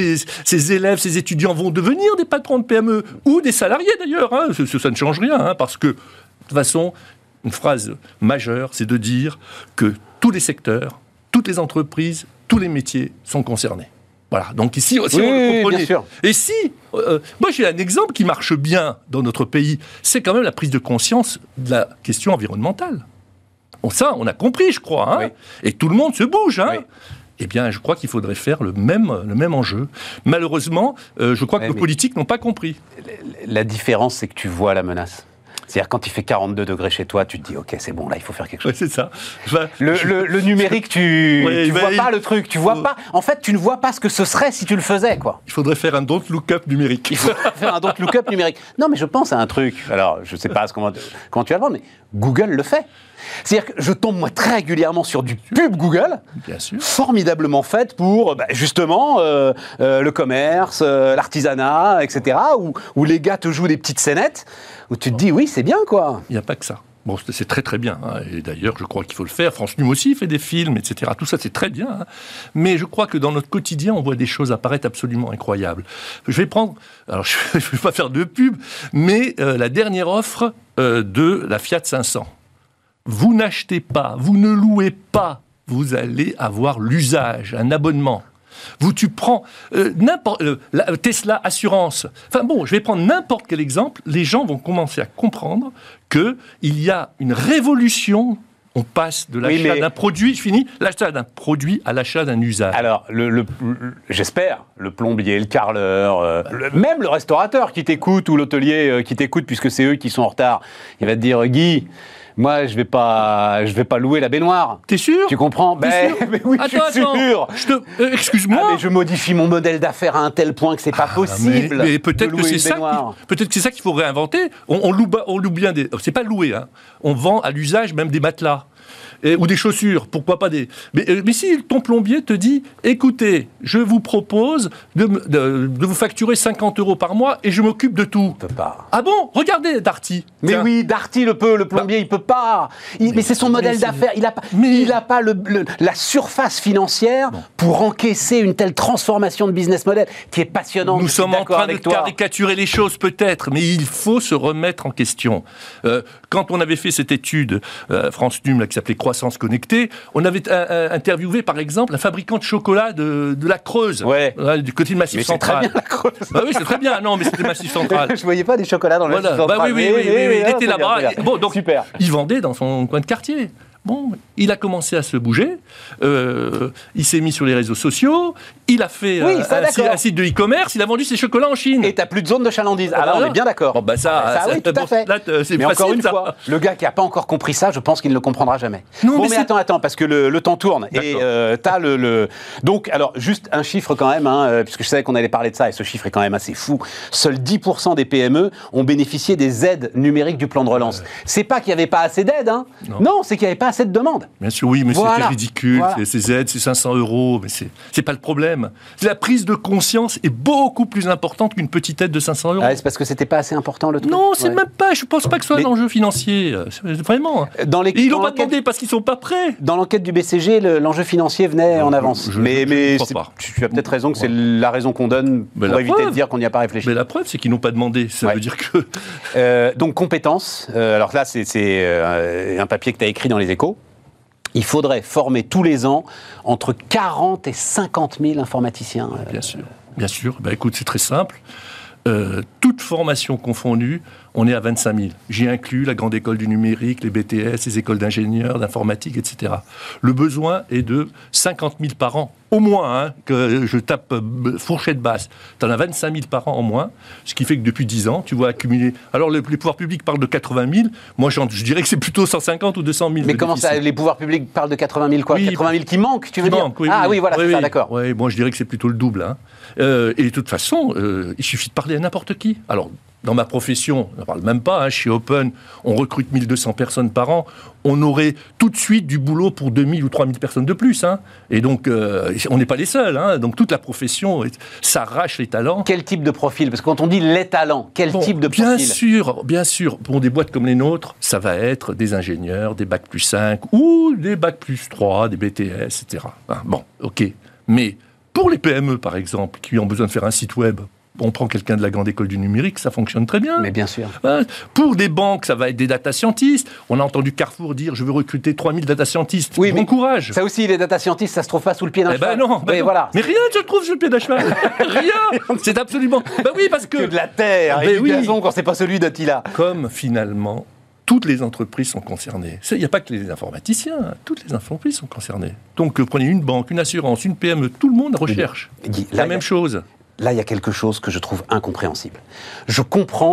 ces élèves, ces étudiants vont devenir des patrons de PME ou des salariés d'ailleurs. Ça ne change rien, parce que, de toute façon, une phrase majeure, c'est de dire que tous les secteurs, toutes les entreprises, tous les métiers sont concernés. Voilà, donc ici, on le comprenait. Bien sûr. Et si, moi j'ai un exemple qui marche bien dans notre pays, c'est quand même la prise de conscience de la question environnementale. Ça, on a compris, je crois, oui. Et tout le monde se bouge, Oui. Eh bien, je crois qu'il faudrait faire le même enjeu. Malheureusement, je crois que nos politiques n'ont pas compris. La différence, c'est que tu vois la menace. C'est-à-dire, quand il fait 42 degrés chez toi, tu te dis, ok, c'est bon, là, il faut faire quelque chose. Ouais, c'est ça. Enfin, Le numérique, tu vois pas le truc, tu vois pas. En fait, tu ne vois pas ce que ce serait si tu le faisais, quoi. il faudrait faire un don't look up numérique. Il faut faire un don't look up numérique. Non, mais je pense à un truc. Alors, je sais pas comment tu vas le vendre, mais Google le fait. C'est-à-dire que je tombe, moi, très régulièrement sur du pub Google, Bien sûr. formidablement faite pour, justement, le commerce, l'artisanat, etc., où les gars te jouent des petites scénettes, où tu te dis, oui, c'est bien, quoi. Il n'y a pas que ça. Bon, c'est très très bien. Hein. Et d'ailleurs, je crois qu'il faut le faire. France Num aussi fait des films, etc. Tout ça, c'est très bien. Hein. Mais je crois que dans notre quotidien, on voit des choses apparaître absolument incroyables. Je vais prendre... Alors, je ne vais pas faire de pub, mais la dernière offre de la Fiat 500. Vous n'achetez pas, vous ne louez pas, vous allez avoir l'usage, un abonnement. Tu prends la Tesla Assurance. Enfin bon, je vais prendre n'importe quel exemple. Les gens vont commencer à comprendre qu'il y a une révolution. On passe de l'achat d'un produit, l'achat d'un produit à l'achat d'un usage. Alors, j'espère, le plombier, le carreleur, même le restaurateur qui t'écoute ou l'hôtelier qui t'écoute, puisque c'est eux qui sont en retard, il va te dire, Guy, moi, je vais pas louer la baignoire. T'es sûr? Tu comprends? Mais oui, je suis sûr. Excuse-moi. Mais je modifie mon modèle d'affaires à un tel point que c'est pas possible. Mais peut-être que c'est ça. Peut-être que c'est ça qu'il faut réinventer. On loue bien des. C'est pas louer. Hein. On vend à l'usage même des matelas. Ou des chaussures, pourquoi pas des... Mais si ton plombier te dit, écoutez, je vous propose de vous facturer 50 € par mois et je m'occupe de tout. Il peut pas. Ah bon? Regardez Darty. Mais tiens. Oui, Darty le peut, le plombier il peut pas. Mais c'est son modèle d'affaires. Il a pas la surface financière pour encaisser une telle transformation de business model qui est passionnante. Nous sommes en train de caricaturer les choses peut-être, mais il faut se remettre en question. Quand on avait fait cette étude, France Num, qui s'appelait Croissance connectée, on avait interviewé par exemple un fabricant de chocolat de la Creuse, du côté de Massif Central. C'est très bien la Creuse. Bah oui, c'est très bien. Non, mais c'était Massif Central. Je voyais pas des chocolats dans le Massif Central. Bah oui, il était là-bas. Bon, donc super. Il vendait dans son coin de quartier. Bon, il a commencé à se bouger, il s'est mis sur les réseaux sociaux, il a fait un site de e-commerce, il a vendu ses chocolats en Chine. Et t'as plus de zone de chalandise. Alors on est bien d'accord. Bon, bah ça oui, tout à fait. Là, c'est mais facile, encore une fois, le gars qui n'a pas encore compris ça, je pense qu'il ne le comprendra jamais. Non, mais attends, parce que le temps tourne. D'accord. Et t'as Donc, alors, juste un chiffre quand même, puisque je savais qu'on allait parler de ça, et ce chiffre est quand même assez fou. Seuls 10% des PME ont bénéficié des aides numériques du plan de relance. C'est pas qu'il n'y avait pas assez d'aides, hein. Non, c'est qu'il n'y avait pas assez de demandes. Bien sûr, oui, mais c'était ridicule. Ces aides, ces 500 €, mais c'est pas le problème. La prise de conscience est beaucoup plus importante qu'une petite aide de 500 €. Ah, c'est parce que c'était pas assez important le truc. Non, c'est même pas. Je pense pas que ce soit un enjeu financier. Vraiment. Ils l'ont pas demandé parce qu'ils sont pas prêts. Dans l'enquête du BCG, l'enjeu financier venait en avance. Mais pas. Tu as peut-être raison que c'est la raison qu'on donne pour éviter de dire qu'on n'y a pas réfléchi. Mais la preuve, c'est qu'ils n'ont pas demandé. Ça veut dire que. Donc compétences. Alors là, c'est un papier que tu as écrit dans Les Échos. Il faudrait former tous les ans entre 40 et 50 000 informaticiens. Bien sûr. Bah, écoute, c'est très simple. Toute formation confondue, on est à 25 000. J'y inclus la grande école du numérique, les BTS, les écoles d'ingénieurs, d'informatique, etc. Le besoin est de 50 000 par an, au moins, que je tape fourchette basse. Tu en as 25 000 par an en moins, ce qui fait que depuis 10 ans, tu vois accumuler... Alors, les pouvoirs publics parlent de 80 000. Moi, je dirais que c'est plutôt 150 ou 200 000. Mais comment ça, les pouvoirs publics parlent de 80 000 quoi? 80 000 qui manquent, tu veux dire? Oui, voilà, c'est ça, d'accord. Oui, moi, je dirais que c'est plutôt le double. Et de toute façon, il suffit de parler à n'importe qui. Alors, dans ma profession, on n'en parle même pas, chez Open, on recrute 1200 personnes par an, on aurait tout de suite du boulot pour 2000 ou 3000 personnes de plus. Et donc, on n'est pas les seuls. Donc, toute la profession s'arrache les talents. Quel type de profil? Parce que quand on dit les talents, quel type de profil? Bien sûr. Pour des boîtes comme les nôtres, ça va être des ingénieurs, des bacs plus 5 ou des bacs plus 3, des BTS, etc. Bon, ok. Mais pour les PME, par exemple, qui ont besoin de faire un site web, on prend quelqu'un de la grande école du numérique, ça fonctionne très bien. Mais bien sûr. Pour des banques, ça va être des data scientists. On a entendu Carrefour dire, je veux recruter 3000 data scientists. Oui, bon courage. Ça aussi, les data scientists, ça se trouve pas sous le pied d'un cheval. Non. Voilà. Mais rien ne se trouve sous le pied d'un cheval. Rien. C'est absolument... oui, parce que... Que de la terre et du gazon quand c'est pas celui d'Attila. Comme finalement... Toutes les entreprises sont concernées. Il n'y a pas que les informaticiens, toutes les entreprises sont concernées. Donc, prenez une banque, une assurance, une PME, tout le monde recherche la même chose. Là, il y a quelque chose que je trouve incompréhensible. Je comprends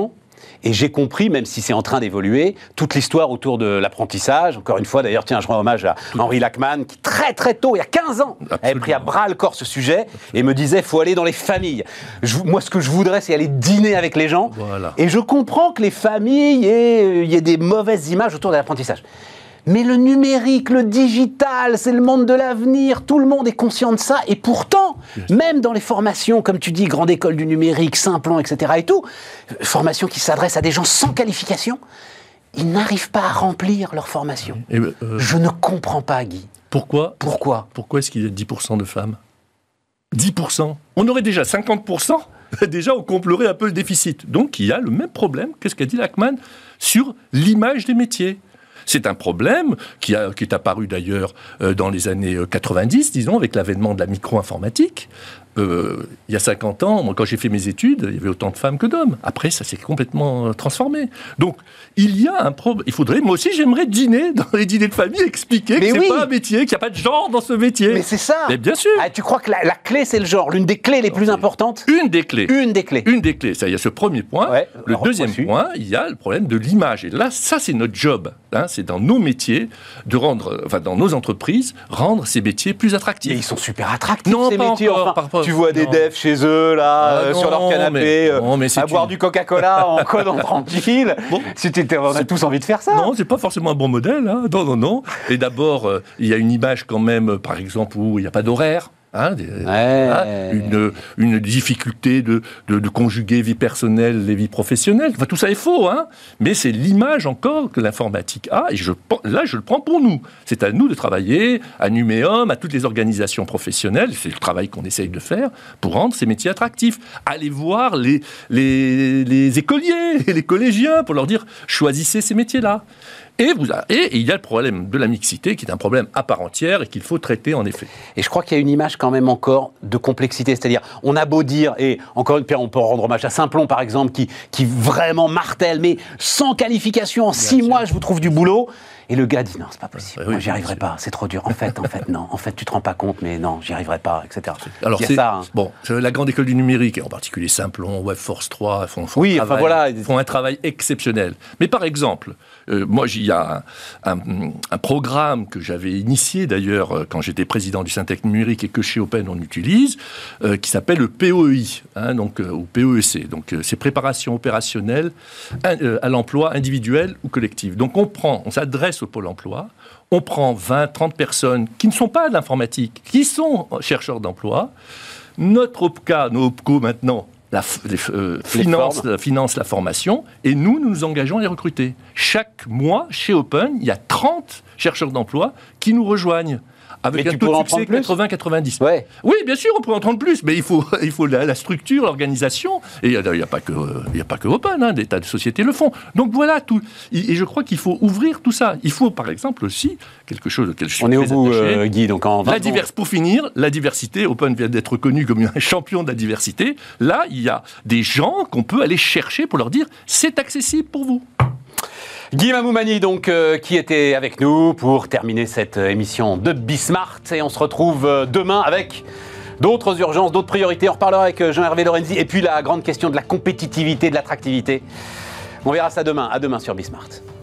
Et j'ai compris, même si c'est en train d'évoluer, toute l'histoire autour de l'apprentissage. Encore une fois, d'ailleurs, tiens, je rends hommage à Henri Lachmann, qui très très tôt, il y a 15 ans, avait pris à bras le corps ce sujet et me disait, il faut aller dans les familles. Moi, ce que je voudrais, c'est aller dîner avec les gens. Voilà. Et je comprends que les familles, il y ait des mauvaises images autour de l'apprentissage. Mais le numérique, le digital, c'est le monde de l'avenir, tout le monde est conscient de ça, et pourtant, même dans les formations, comme tu dis, grande école du numérique, Simplon, etc. et tout, formations qui s'adressent à des gens sans qualification, ils n'arrivent pas à remplir leur formation. Je ne comprends pas, Guy. Pourquoi est-ce qu'il y a 10% de femmes ? 10%. On aurait déjà 50%. Déjà, on comblerait un peu le déficit. Donc, il y a le même problème que ce qu'a dit Lachmann sur l'image des métiers. C'est un problème qui est apparu d'ailleurs dans les années 90, disons, avec l'avènement de la micro-informatique. Il y a 50 ans, moi, quand j'ai fait mes études, il y avait autant de femmes que d'hommes. Après, ça s'est complètement transformé. Donc, il y a un problème. Il faudrait, moi aussi, j'aimerais dîner dans les dîners de famille, expliquer que c'est pas un métier, qu'il n'y a pas de genre dans ce métier. Mais c'est ça. Mais bien sûr. Ah, tu crois que la clé, c'est le genre, l'une des clés les plus importantes ? Une des clés. Une des clés. Ça, il y a ce premier point. Ouais, le deuxième point, il y a le problème de l'image. Et là, ça, c'est notre job. Hein, c'est dans nos métiers, dans nos entreprises, rendre ces métiers plus attractifs. Mais ils sont super attractifs, ces métiers. Tu vois des devs chez eux, sur leur canapé, à boire du Coca-Cola en codant tranquille. Bon. On a tous envie de faire ça. Non, c'est pas forcément un bon modèle. Hein. Non. Et d'abord, il y a une image quand même, par exemple, où il n'y a pas d'horaire. Une difficulté de conjuguer vie personnelle et vie professionnelle. Enfin, tout ça est faux, hein. Mais c'est l'image encore que l'informatique a, et là, je le prends pour nous. C'est à nous de travailler, à Numéum, à toutes les organisations professionnelles, c'est le travail qu'on essaye de faire pour rendre ces métiers attractifs. Allez voir les écoliers et les collégiens pour leur dire « choisissez ces métiers-là ». Et il y a le problème de la mixité, qui est un problème à part entière et qu'il faut traiter en effet. Et je crois qu'il y a une image quand même encore de complexité. C'est-à-dire, on a beau dire, et encore une fois, on peut rendre hommage à Simplon par exemple, qui vraiment martèle, mais sans qualification, en 6 mois, je vous trouve du boulot. Et le gars dit non, c'est pas possible, moi j'y arriverai pas, c'est trop dur. En fait, non, tu te rends pas compte, mais non, j'y arriverai pas, etc. Alors c'est ça. Hein. Bon, la grande école du numérique, et en particulier Simplon, Webforce 3, font un travail exceptionnel. Mais par exemple, moi il y a un programme que j'avais initié d'ailleurs quand j'étais président du Syntec numérique et que chez Open on utilise, qui s'appelle le POEI, ou PEEC. Donc c'est préparation opérationnelle à l'emploi individuel ou collectif. Donc on s'adresse au Pôle emploi, on prend 20, 30 personnes qui ne sont pas de l'informatique, qui sont chercheurs d'emploi. Notre OPCA, nos OPCO maintenant, finance la formation, et nous nous engageons à les recruter. Chaque mois, chez Open, il y a 30 chercheurs d'emploi qui nous rejoignent. Avec un taux de succès 80-90. Ouais. Oui, bien sûr, on peut en prendre plus, mais il faut la structure, l'organisation. Et il n'y a pas que Open, des tas de sociétés le font. Donc voilà tout. Et je crois qu'il faut ouvrir tout ça. Il faut, par exemple, aussi, quelque chose auquel je suis très attaché. On est au bout, Guy, donc en 20 Pour finir, la diversité. Open vient d'être reconnu comme un champion de la diversité. Là, il y a des gens qu'on peut aller chercher pour leur dire « c'est accessible pour vous ». Guy Mamoumani, donc, qui était avec nous pour terminer cette émission de Bismart. Et on se retrouve demain avec d'autres urgences, d'autres priorités. On reparlera avec Jean-Hervé Lorenzi. Et puis la grande question de la compétitivité, de l'attractivité. On verra ça demain. À demain sur Bismart.